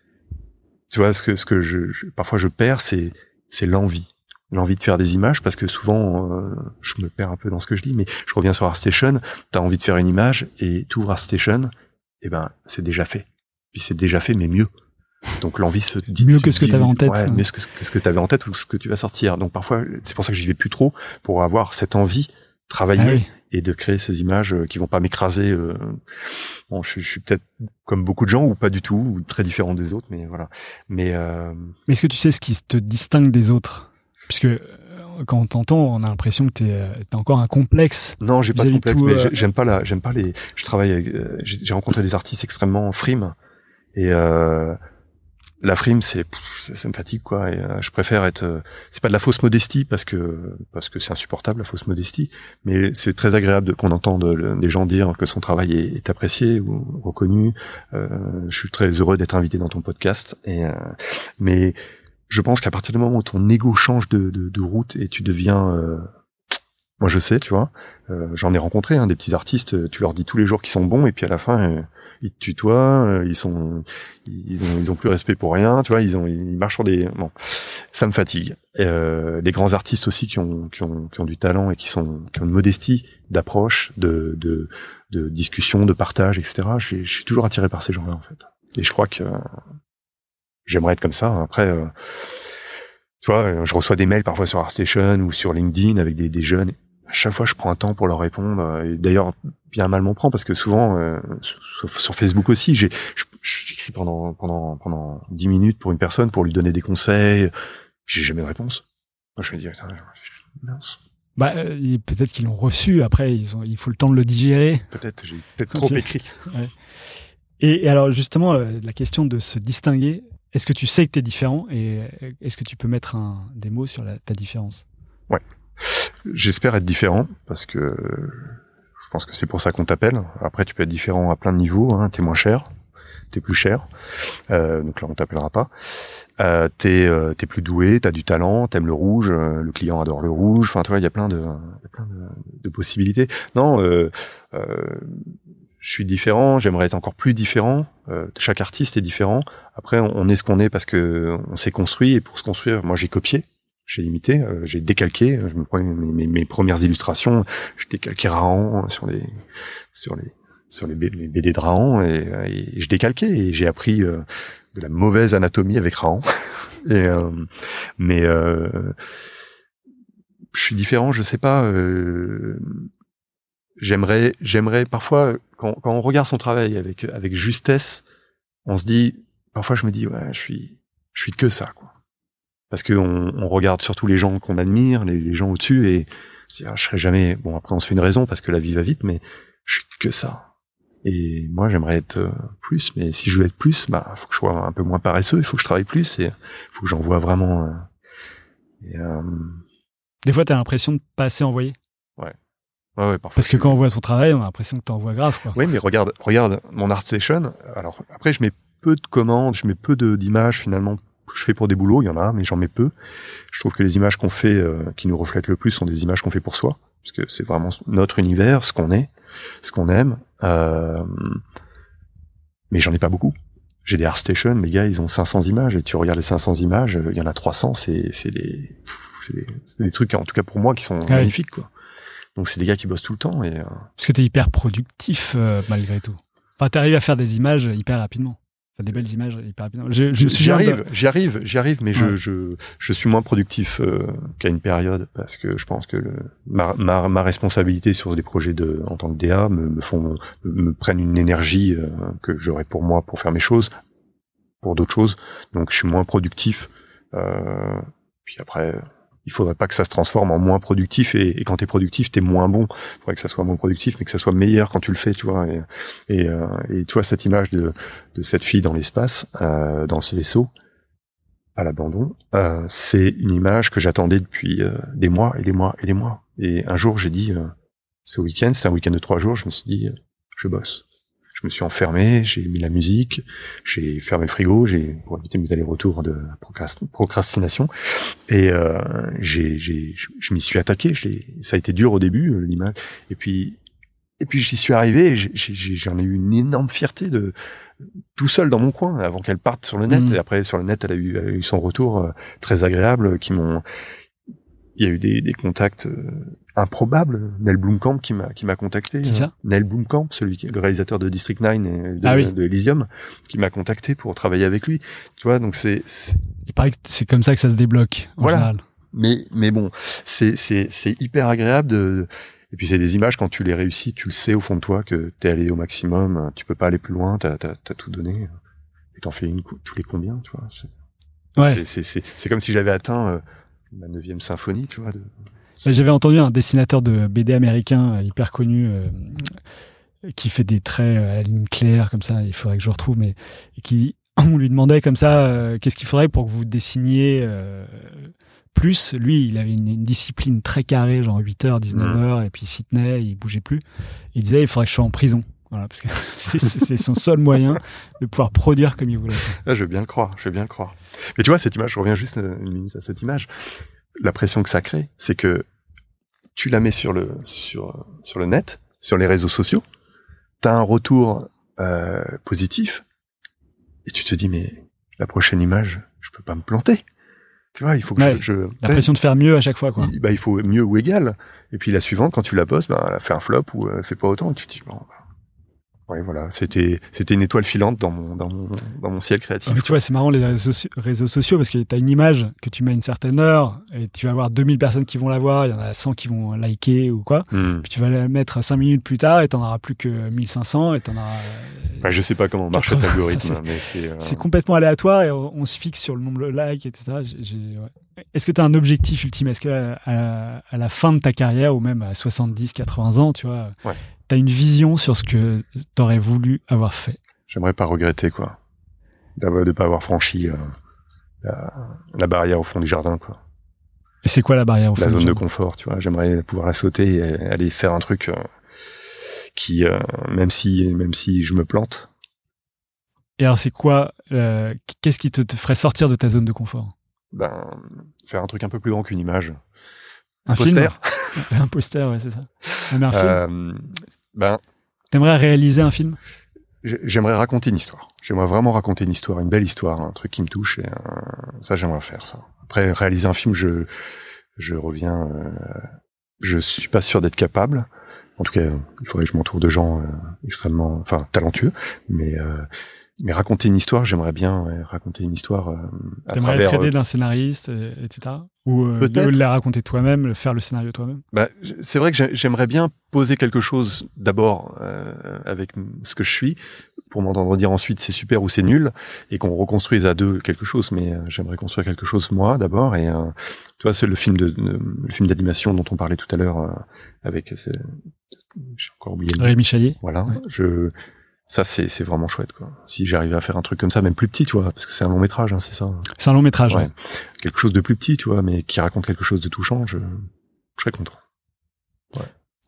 tu vois, ce que, ce que je, je parfois je perds, c'est, c'est l'envie. L'envie de faire des images, parce que souvent, euh, je me perds un peu dans ce que je dis, mais je reviens sur ArtStation, t'as envie de faire une image, et tu ouvres ArtStation, et ben, c'est déjà fait. Puis c'est déjà fait, mais mieux. Donc l'envie se dit mieux que ce que tu avais en tête. Ouais, mieux que ce que, ce que tu avais en tête ou ce que tu vas sortir. Donc parfois, c'est pour ça que j'y vais plus trop, pour avoir cette envie, travailler ah oui. et de créer ces images qui vont pas m'écraser. Euh... Bon, je, je suis peut-être comme beaucoup de gens ou pas du tout, ou très différent des autres, mais voilà. Mais, euh... mais est-ce que tu sais ce qui te distingue des autres ? Puisque quand on t'entend, on a l'impression que t'es, t'as encore un complexe. Non, j'ai pas de complexe, tout, mais euh... j'aime pas la, j'aime pas les. Je travaille, avec, euh, j'ai, j'ai rencontré des artistes extrêmement frimes et. Euh... La frime, c'est ça, ça me fatigue, quoi. Et euh, je préfère être. Euh, c'est pas de la fausse modestie parce que parce que c'est insupportable la fausse modestie, mais c'est très agréable de, qu'on entende le, des gens dire que son travail est, est apprécié ou reconnu. Euh, je suis très heureux d'être invité dans ton podcast. Et euh, mais je pense qu'à partir du moment où ton ego change de, de, de route et tu deviens euh, moi je sais, tu vois, euh, j'en ai rencontré hein, des petits artistes. Tu leur dis tous les jours qu'ils sont bons et puis à la fin. Euh, ils te tutoient, ils sont, ils ont, ils ont plus respect pour rien, tu vois, ils ont, ils marchent sur des, bon, ça me fatigue. Euh, les grands artistes aussi qui ont, qui ont, qui ont du talent et qui sont, qui ont une modestie d'approche, de, de, de discussion, de partage, et cetera. Je, je suis toujours attiré par ces gens-là, en fait. Et je crois que euh, j'aimerais être comme ça. Après, euh, tu vois, je reçois des mails parfois sur ArtStation ou sur LinkedIn avec des, des jeunes. À chaque fois, je prends un temps pour leur répondre. Et d'ailleurs, bien mal m'en prend parce que souvent, euh, sur, sur Facebook aussi, j'ai, j'écris pendant pendant pendant dix minutes pour une personne pour lui donner des conseils. J'ai jamais de réponse. Moi, je me dis, attends, mince. Bah, euh, peut-être qu'ils l'ont reçu. Après, ils ont, il faut le temps de le digérer. Peut-être, j'ai peut-être trop écrit. Ouais. Et, et alors, justement, euh, la question de se distinguer. Est-ce que tu sais que t'es différent et est-ce que tu peux mettre un, des mots sur la, ta différence ? Ouais. J'espère être différent parce que je pense que c'est pour ça qu'on t'appelle. Après, tu peux être différent à plein de niveaux. Hein. T'es moins cher, t'es plus cher, euh, donc là on t'appellera pas. Euh, t'es, euh, t'es plus doué, t'as du talent, t'aimes le rouge, euh, le client adore le rouge. Enfin, tu vois, il y a plein de, y a plein de, de possibilités. Non, euh, euh, je suis différent. J'aimerais être encore plus différent. Euh, chaque artiste est différent. Après, on, on est ce qu'on est parce que on s'est construit et pour se construire, moi j'ai copié. J'ai imité, euh, j'ai décalqué. Je me prenais mes, mes, mes premières illustrations, j'ai décalqué Rahan sur les sur les sur les B D, les B D de Rahan et, et je décalquais et j'ai appris euh, de la mauvaise anatomie avec Rahan. et euh, mais euh, je suis différent, je sais pas. Euh, j'aimerais j'aimerais parfois quand quand on regarde son travail avec avec justesse, on se dit parfois je me dis ouais je suis je suis que ça quoi. Parce que on, on regarde surtout les gens qu'on admire, les, les gens au-dessus, et ah, je serai jamais. Bon, après on se fait une raison parce que la vie va vite, mais je suis que ça. Et moi, j'aimerais être euh, plus, mais si je veux être plus, bah, faut que je sois un peu moins paresseux, il faut que je travaille plus, et faut que j'en vois vraiment. Euh, et, euh... Des fois, t'as l'impression de pas assez envoyer. Ouais. Ouais, ouais, parfois. Parce que quand on voit son travail, on a l'impression que t'envoies grave, quoi. Oui, mais regarde, regarde mon ArtStation. Alors après, je mets peu de commandes, je mets peu de, d'images finalement. Je fais pour des boulots, il y en a, mais j'en mets peu. Je trouve que les images qu'on fait, euh, qui nous reflètent le plus, sont des images qu'on fait pour soi, parce que c'est vraiment notre univers, ce qu'on est, ce qu'on aime. Euh... Mais j'en ai pas beaucoup. J'ai des ArtStation, les gars, ils ont cinq cents images, et tu regardes les cinq cents images, il y en a trois cents, c'est, c'est des, c'est des, c'est des trucs, en tout cas pour moi, qui sont ouais. magnifiques, quoi. Donc c'est des gars qui bossent tout le temps. Et, euh... Parce que t'es hyper productif, euh, malgré tout. Enfin, t'arrives à faire des images hyper rapidement. Enfin, des belles images hyper rapidement. Je, je J'y suis arrive, de... j'y arrive, j'y arrive, mais Ouais. je, je, je suis moins productif euh, qu'à une période parce que je pense que le, ma, ma, ma responsabilité sur des projets de, en tant que D A me, me font, me, me prennent une énergie euh, que j'aurais pour moi pour faire mes choses, pour d'autres choses. Donc je suis moins productif. Euh, puis après, il faudrait pas que ça se transforme en moins productif et, et quand t'es productif, t'es moins bon. Il faudrait que ça soit moins productif, mais que ça soit meilleur quand tu le fais, tu vois. Et, et, euh, et tu vois cette image de, de cette fille dans l'espace, euh, dans ce vaisseau, à l'abandon, euh, c'est une image que j'attendais depuis euh, des mois et des mois et des mois. Et un jour, j'ai dit, euh, ce week-end, c'était un week-end de trois jours, je me suis dit, euh, je bosse. Je me suis enfermé, j'ai mis la musique, j'ai fermé le frigo, j'ai pour éviter mes allers-retours de procrast- procrastination, et euh, j'ai, j'ai, je m'y suis attaqué. J'ai, ça a été dur au début, l'image, et puis, et puis j'y suis arrivé. Et j'ai, j'ai, j'en ai eu une énorme fierté de tout seul dans mon coin avant qu'elle parte sur le net. Mmh. Et après sur le net, elle a eu, elle a eu son retour euh, très agréable, qui m'ont, il y a eu des, des contacts. Euh, improbable. Nel Blomkamp qui m'a qui m'a contacté. Qui ça? Nel Blomkamp, celui qui est le réalisateur de District neuf et de, Ah oui. de Elysium, qui m'a contacté pour travailler avec lui. Tu vois, donc c'est, c'est... Il paraît que c'est comme ça que ça se débloque, en Voilà. général. mais mais bon, c'est c'est c'est hyper agréable de. Et puis c'est des images, quand tu les réussis, tu le sais au fond de toi que t'es allé au maximum, tu peux pas aller plus loin, t'as t'as, t'as tout donné. Et t'en fais une tous les combien, tu vois. C'est, Ouais. c'est, c'est, c'est, c'est comme si j'avais atteint euh, ma neuvième symphonie, tu vois. De... J'avais entendu un dessinateur de B D américain euh, hyper connu euh, qui fait des traits à la ligne claire comme ça, il faudrait que je le retrouve, mais et qui on lui demandait comme ça euh, qu'est-ce qu'il faudrait pour que vous dessiniez euh, plus. Lui, il avait une, une discipline très carrée, genre huit heures, dix-neuf heures, et puis il s'y tenait, il bougeait plus. Il disait il faudrait que je sois en prison. Voilà, parce que c'est, c'est son seul moyen de pouvoir produire comme il voulait. Ah, je veux bien le croire, je veux bien le croire. Mais tu vois, cette image, je reviens juste une minute à cette image. La pression que ça crée, c'est que tu la mets sur le sur sur le net, sur les réseaux sociaux, t'as un retour euh, positif, et tu te dis mais la prochaine image, je peux pas me planter. Tu vois, il faut que ouais, je, je la pression de faire mieux à chaque fois, quoi. Il, bah il faut mieux ou égal. Et puis la suivante, quand tu la bosses, bah elle fait un flop ou elle fait pas autant, et tu te dis bon. Bah, ouais, voilà, c'était c'était une étoile filante dans mon dans mon dans mon ciel créatif. Mais tu vois, c'est marrant les réseaux, soci- réseaux sociaux parce que t'as une image que tu mets à une certaine heure et tu vas avoir deux mille personnes qui vont la voir, il y en a cent qui vont liker ou quoi. Hmm. Puis tu vas la mettre cinq minutes plus tard et t'en auras plus que mille cinq cents et t'en auras. Bah, je sais pas comment marche cet quatre-vingts algorithme, Enfin, mais c'est. Euh... C'est complètement aléatoire et on, on se fixe sur le nombre de likes, et cetera. J'ai, j'ai, ouais. Est-ce que tu as un objectif ultime? Est-ce que à, à, à la fin de ta carrière ou même à soixante-dix, quatre-vingts ans, tu vois, ouais. tu as une vision sur ce que tu aurais voulu avoir fait? J'aimerais pas regretter, quoi. D'avoir, de pas avoir franchi euh, la, la barrière au fond du jardin, quoi. Et c'est quoi la barrière au fond La du zone de jardin? confort, tu vois. J'aimerais pouvoir la sauter et aller faire un truc euh, qui, euh, même si, même si je me plante. Et alors, c'est quoi, euh, qu'est-ce qui te, te ferait sortir de ta zone de confort? Ben, faire un truc un peu plus grand qu'une image. Un, un poster. Film un poster, ouais, c'est ça. Mais un film. Euh, ben, T'aimerais réaliser un film? J'aimerais raconter une histoire. J'aimerais vraiment raconter une histoire, une belle histoire, un truc qui me touche. Et euh, ça, j'aimerais faire ça. Après, réaliser un film, je, je reviens. Euh, je suis pas sûr d'être capable. En tout cas, il faudrait que je m'entoure de gens euh, extrêmement, enfin, talentueux. Mais euh, mais raconter une histoire, j'aimerais bien ouais, raconter une histoire. Euh, à T'aimerais travers, être aidé euh, d'un scénariste, et, etc. Ou euh, Peut-être. de la raconter toi-même, faire le scénario toi-même. Bah, c'est vrai que j'aimerais bien poser quelque chose d'abord euh, avec ce que je suis, pour m'entendre dire ensuite c'est super ou c'est nul, et qu'on reconstruise à deux quelque chose. Mais euh, j'aimerais construire quelque chose moi d'abord. Et euh, tu vois, c'est le film de, de le film d'animation dont on parlait tout à l'heure euh, avec. J'ai encore oublié. Le nom. Rémi Chaillet. Voilà. Ouais. Je ça c'est c'est vraiment chouette, quoi. Si j'arrivais à faire un truc comme ça, même plus petit, tu vois, parce que c'est un long métrage, hein, c'est ça. C'est un long métrage. Ouais. Ouais. Quelque chose de plus petit, tu vois, mais qui raconte quelque chose de touchant, je, je serais content. Ouais.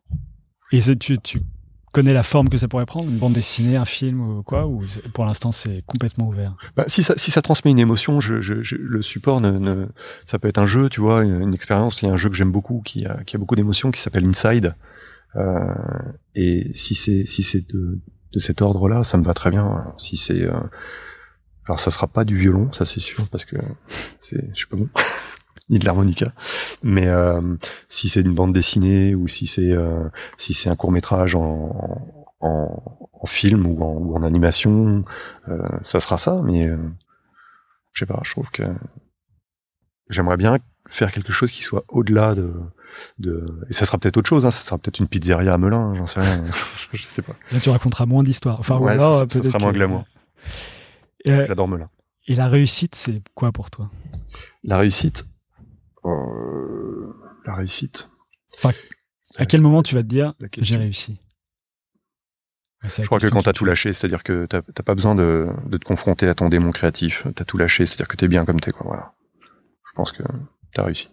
Et c'est, tu, tu connais la forme que ça pourrait prendre, une bande dessinée, un film ou quoi, ou pour l'instant c'est complètement ouvert? Bah, si ça si ça transmet une émotion, je, je, je le support. Ne, ne, ça peut être un jeu, tu vois, une, une expérience. Il y a un jeu que j'aime beaucoup, qui a qui a beaucoup d'émotions, qui s'appelle Inside. Euh, et si c'est si c'est de de cet ordre-là, ça me va très bien. Si c'est euh... alors ça sera pas du violon, ça c'est sûr, parce que c'est je suis pas bon, ni de l'harmonica. Mais euh, si c'est une bande dessinée ou si c'est euh, si c'est un court métrage en, en, en film ou en, ou en animation, euh, ça sera ça, mais euh, je sais pas, je trouve que j'aimerais bien faire quelque chose qui soit au-delà de, de et ça sera peut-être autre chose, hein, ça sera peut-être une pizzeria à Melun, j'en sais rien, je sais pas. Là, tu raconteras moins d'histoires. Enfin, ouais, ou alors, ça, peut-être ça sera moins que... glamour. Euh, J'adore Melun. Et la réussite, c'est quoi pour toi? La réussite, euh, la réussite. Enfin, à quel moment tu vas te dire j'ai réussi? Je crois que quand t'as tout lâché, c'est-à-dire que t'as, t'as pas besoin de, de te confronter à ton démon créatif, t'as tout lâché, c'est-à-dire que t'es bien comme t'es, quoi, voilà. Je pense que t'as réussi.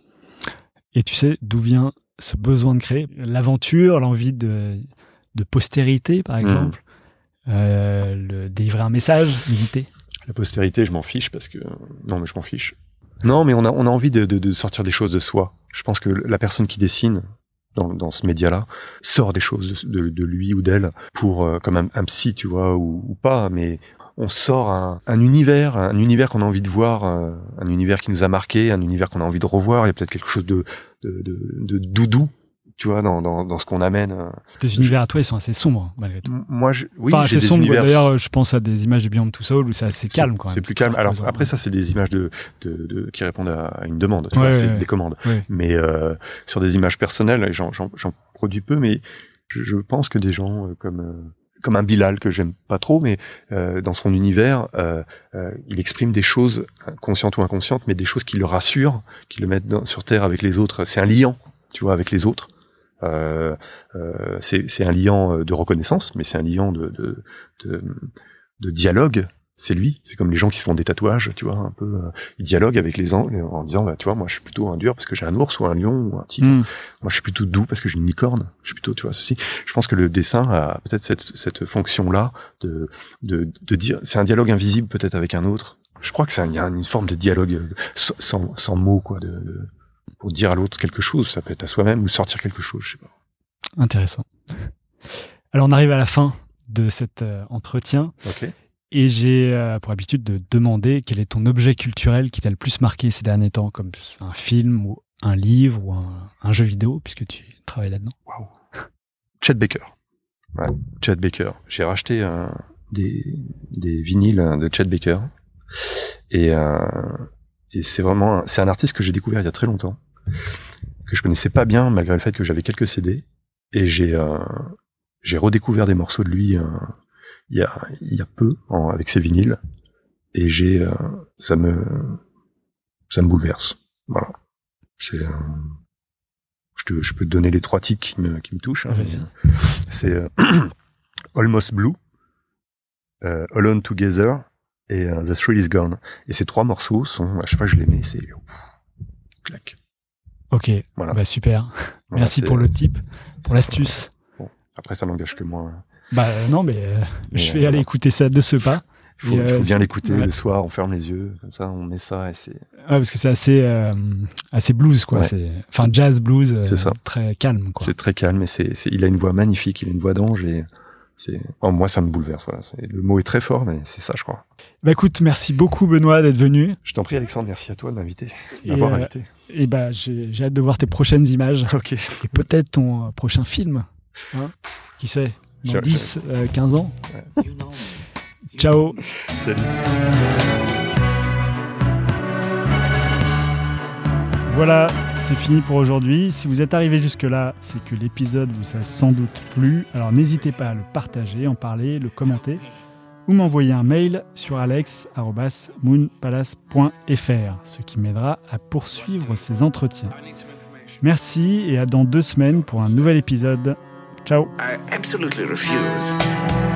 Et tu sais d'où vient ce besoin de créer? L'aventure, l'envie de, de postérité, par exemple, mmh. euh, le, délivrer un message, éviter. La postérité, je m'en fiche parce que... Non, mais je m'en fiche. Non, mais on a, on a envie de, de, de sortir des choses de soi. Je pense que la personne qui dessine dans, dans ce média-là sort des choses de, de, de lui ou d'elle pour, euh, comme un, un psy, tu vois, ou, ou pas, mais on sort un, un univers, un univers qu'on a envie de voir, euh, un univers qui nous a marqué, un univers qu'on a envie de revoir. Il y a peut-être quelque chose de, de, de, de doudou, tu vois, dans, dans, dans ce qu'on amène. Tes univers à toi, ils sont assez sombres, malgré tout. Moi, je, oui, enfin, j'ai assez des sombre. univers... D'ailleurs, je pense à des images de Beyond Two Souls où c'est assez calme, c'est, quand même. C'est plus calme. Alors, après, ça, c'est des images de, de, de, qui répondent à une demande, tu ouais, vois, ouais, c'est ouais. des commandes. Ouais. Mais, euh, sur des images personnelles, j'en, j'en, j'en produis peu, mais je, je pense que des gens comme, euh, comme un Bilal que j'aime pas trop, mais euh, dans son univers, euh, euh, il exprime des choses conscientes ou inconscientes, mais des choses qui le rassurent, qui le mettent dans, sur terre avec les autres. C'est un liant, tu vois, avec les autres. Euh, euh, c'est, c'est un liant de reconnaissance, mais c'est un liant de, de, de, de dialogue. C'est lui. C'est comme les gens qui se font des tatouages, tu vois, un peu. Euh, ils dialoguent avec les gens en disant, bah, tu vois, moi, je suis plutôt un dur parce que j'ai un ours ou un lion ou un tigre. Mm. Moi, je suis plutôt doux parce que j'ai une licorne. Je suis plutôt, tu vois, ceci. Je pense que le dessin a peut-être cette, cette fonction-là de, de, de dire, c'est un dialogue invisible peut-être avec un autre. Je crois que c'est un, il y a une forme de dialogue sans, sans, sans mots, quoi, de, de pour dire à l'autre quelque chose, ça peut être à soi-même ou sortir quelque chose, je sais pas. Intéressant. Alors on arrive à la fin de cet euh, entretien. Okay. Et j'ai euh, pour habitude de demander quel est ton objet culturel qui t'a le plus marqué ces derniers temps, comme un film ou un livre ou un, un jeu vidéo, puisque tu travailles là-dedans. Waouh. Chet Baker. Ouais, Chet Baker. J'ai racheté euh, des, des vinyles de Chet Baker et euh, et c'est vraiment c'est un artiste que j'ai découvert il y a très longtemps, que je connaissais pas bien malgré le fait que j'avais quelques C D, et j'ai euh, j'ai redécouvert des morceaux de lui euh, il y a il y a peu en, avec ses vinyles, et j'ai euh, ça me ça me bouleverse. Voilà. C'est euh, je te je peux te donner les trois titres qui me qui me touchent. Hein, ah, c'est euh, Almost Blue, euh, Alone Together et uh, The Thrill Is Gone. Et ces trois morceaux sont, à chaque fois que je les mets, c'est clac. Ok, voilà. Bah super. Voilà, merci pour le tip, pour l'astuce. Bon, après ça n'engage que moi. Bah euh, non, mais, euh, mais je vais euh, aller écouter ça de ce pas. Il faut, il faut euh, bien l'écouter ouais. le soir, on ferme les yeux, comme ça on met ça et c'est... Ouais, parce que c'est assez, euh, assez blues, quoi. Ouais. C'est, enfin, jazz, blues, euh, c'est ça. Très calme, quoi. C'est très calme, et c'est, c'est, il a une voix magnifique, il a une voix d'ange, et c'est, oh, moi ça me bouleverse. Voilà. C'est, le mot est très fort, mais c'est ça, je crois. Bah écoute, merci beaucoup Benoît d'être venu. Je t'en prie Alexandre, merci à toi de m'inviter, d'avoir euh, invité. Et bah j'ai, j'ai hâte de voir tes prochaines images. Ok. Et peut-être ton euh, prochain film. Hein, qui sait, dans je, dix, je... Euh, quinze ans. Ouais. Ciao. Salut. Voilà, c'est fini pour aujourd'hui. Si vous êtes arrivé jusque-là, c'est que l'épisode vous a sans doute plu. Alors n'hésitez pas à le partager, en parler, le commenter, ou m'envoyer un mail sur alex arobase moonpalace point f r, ce qui m'aidera à poursuivre ces entretiens. Merci et à dans deux semaines pour un nouvel épisode. Ciao. I absolutely refuse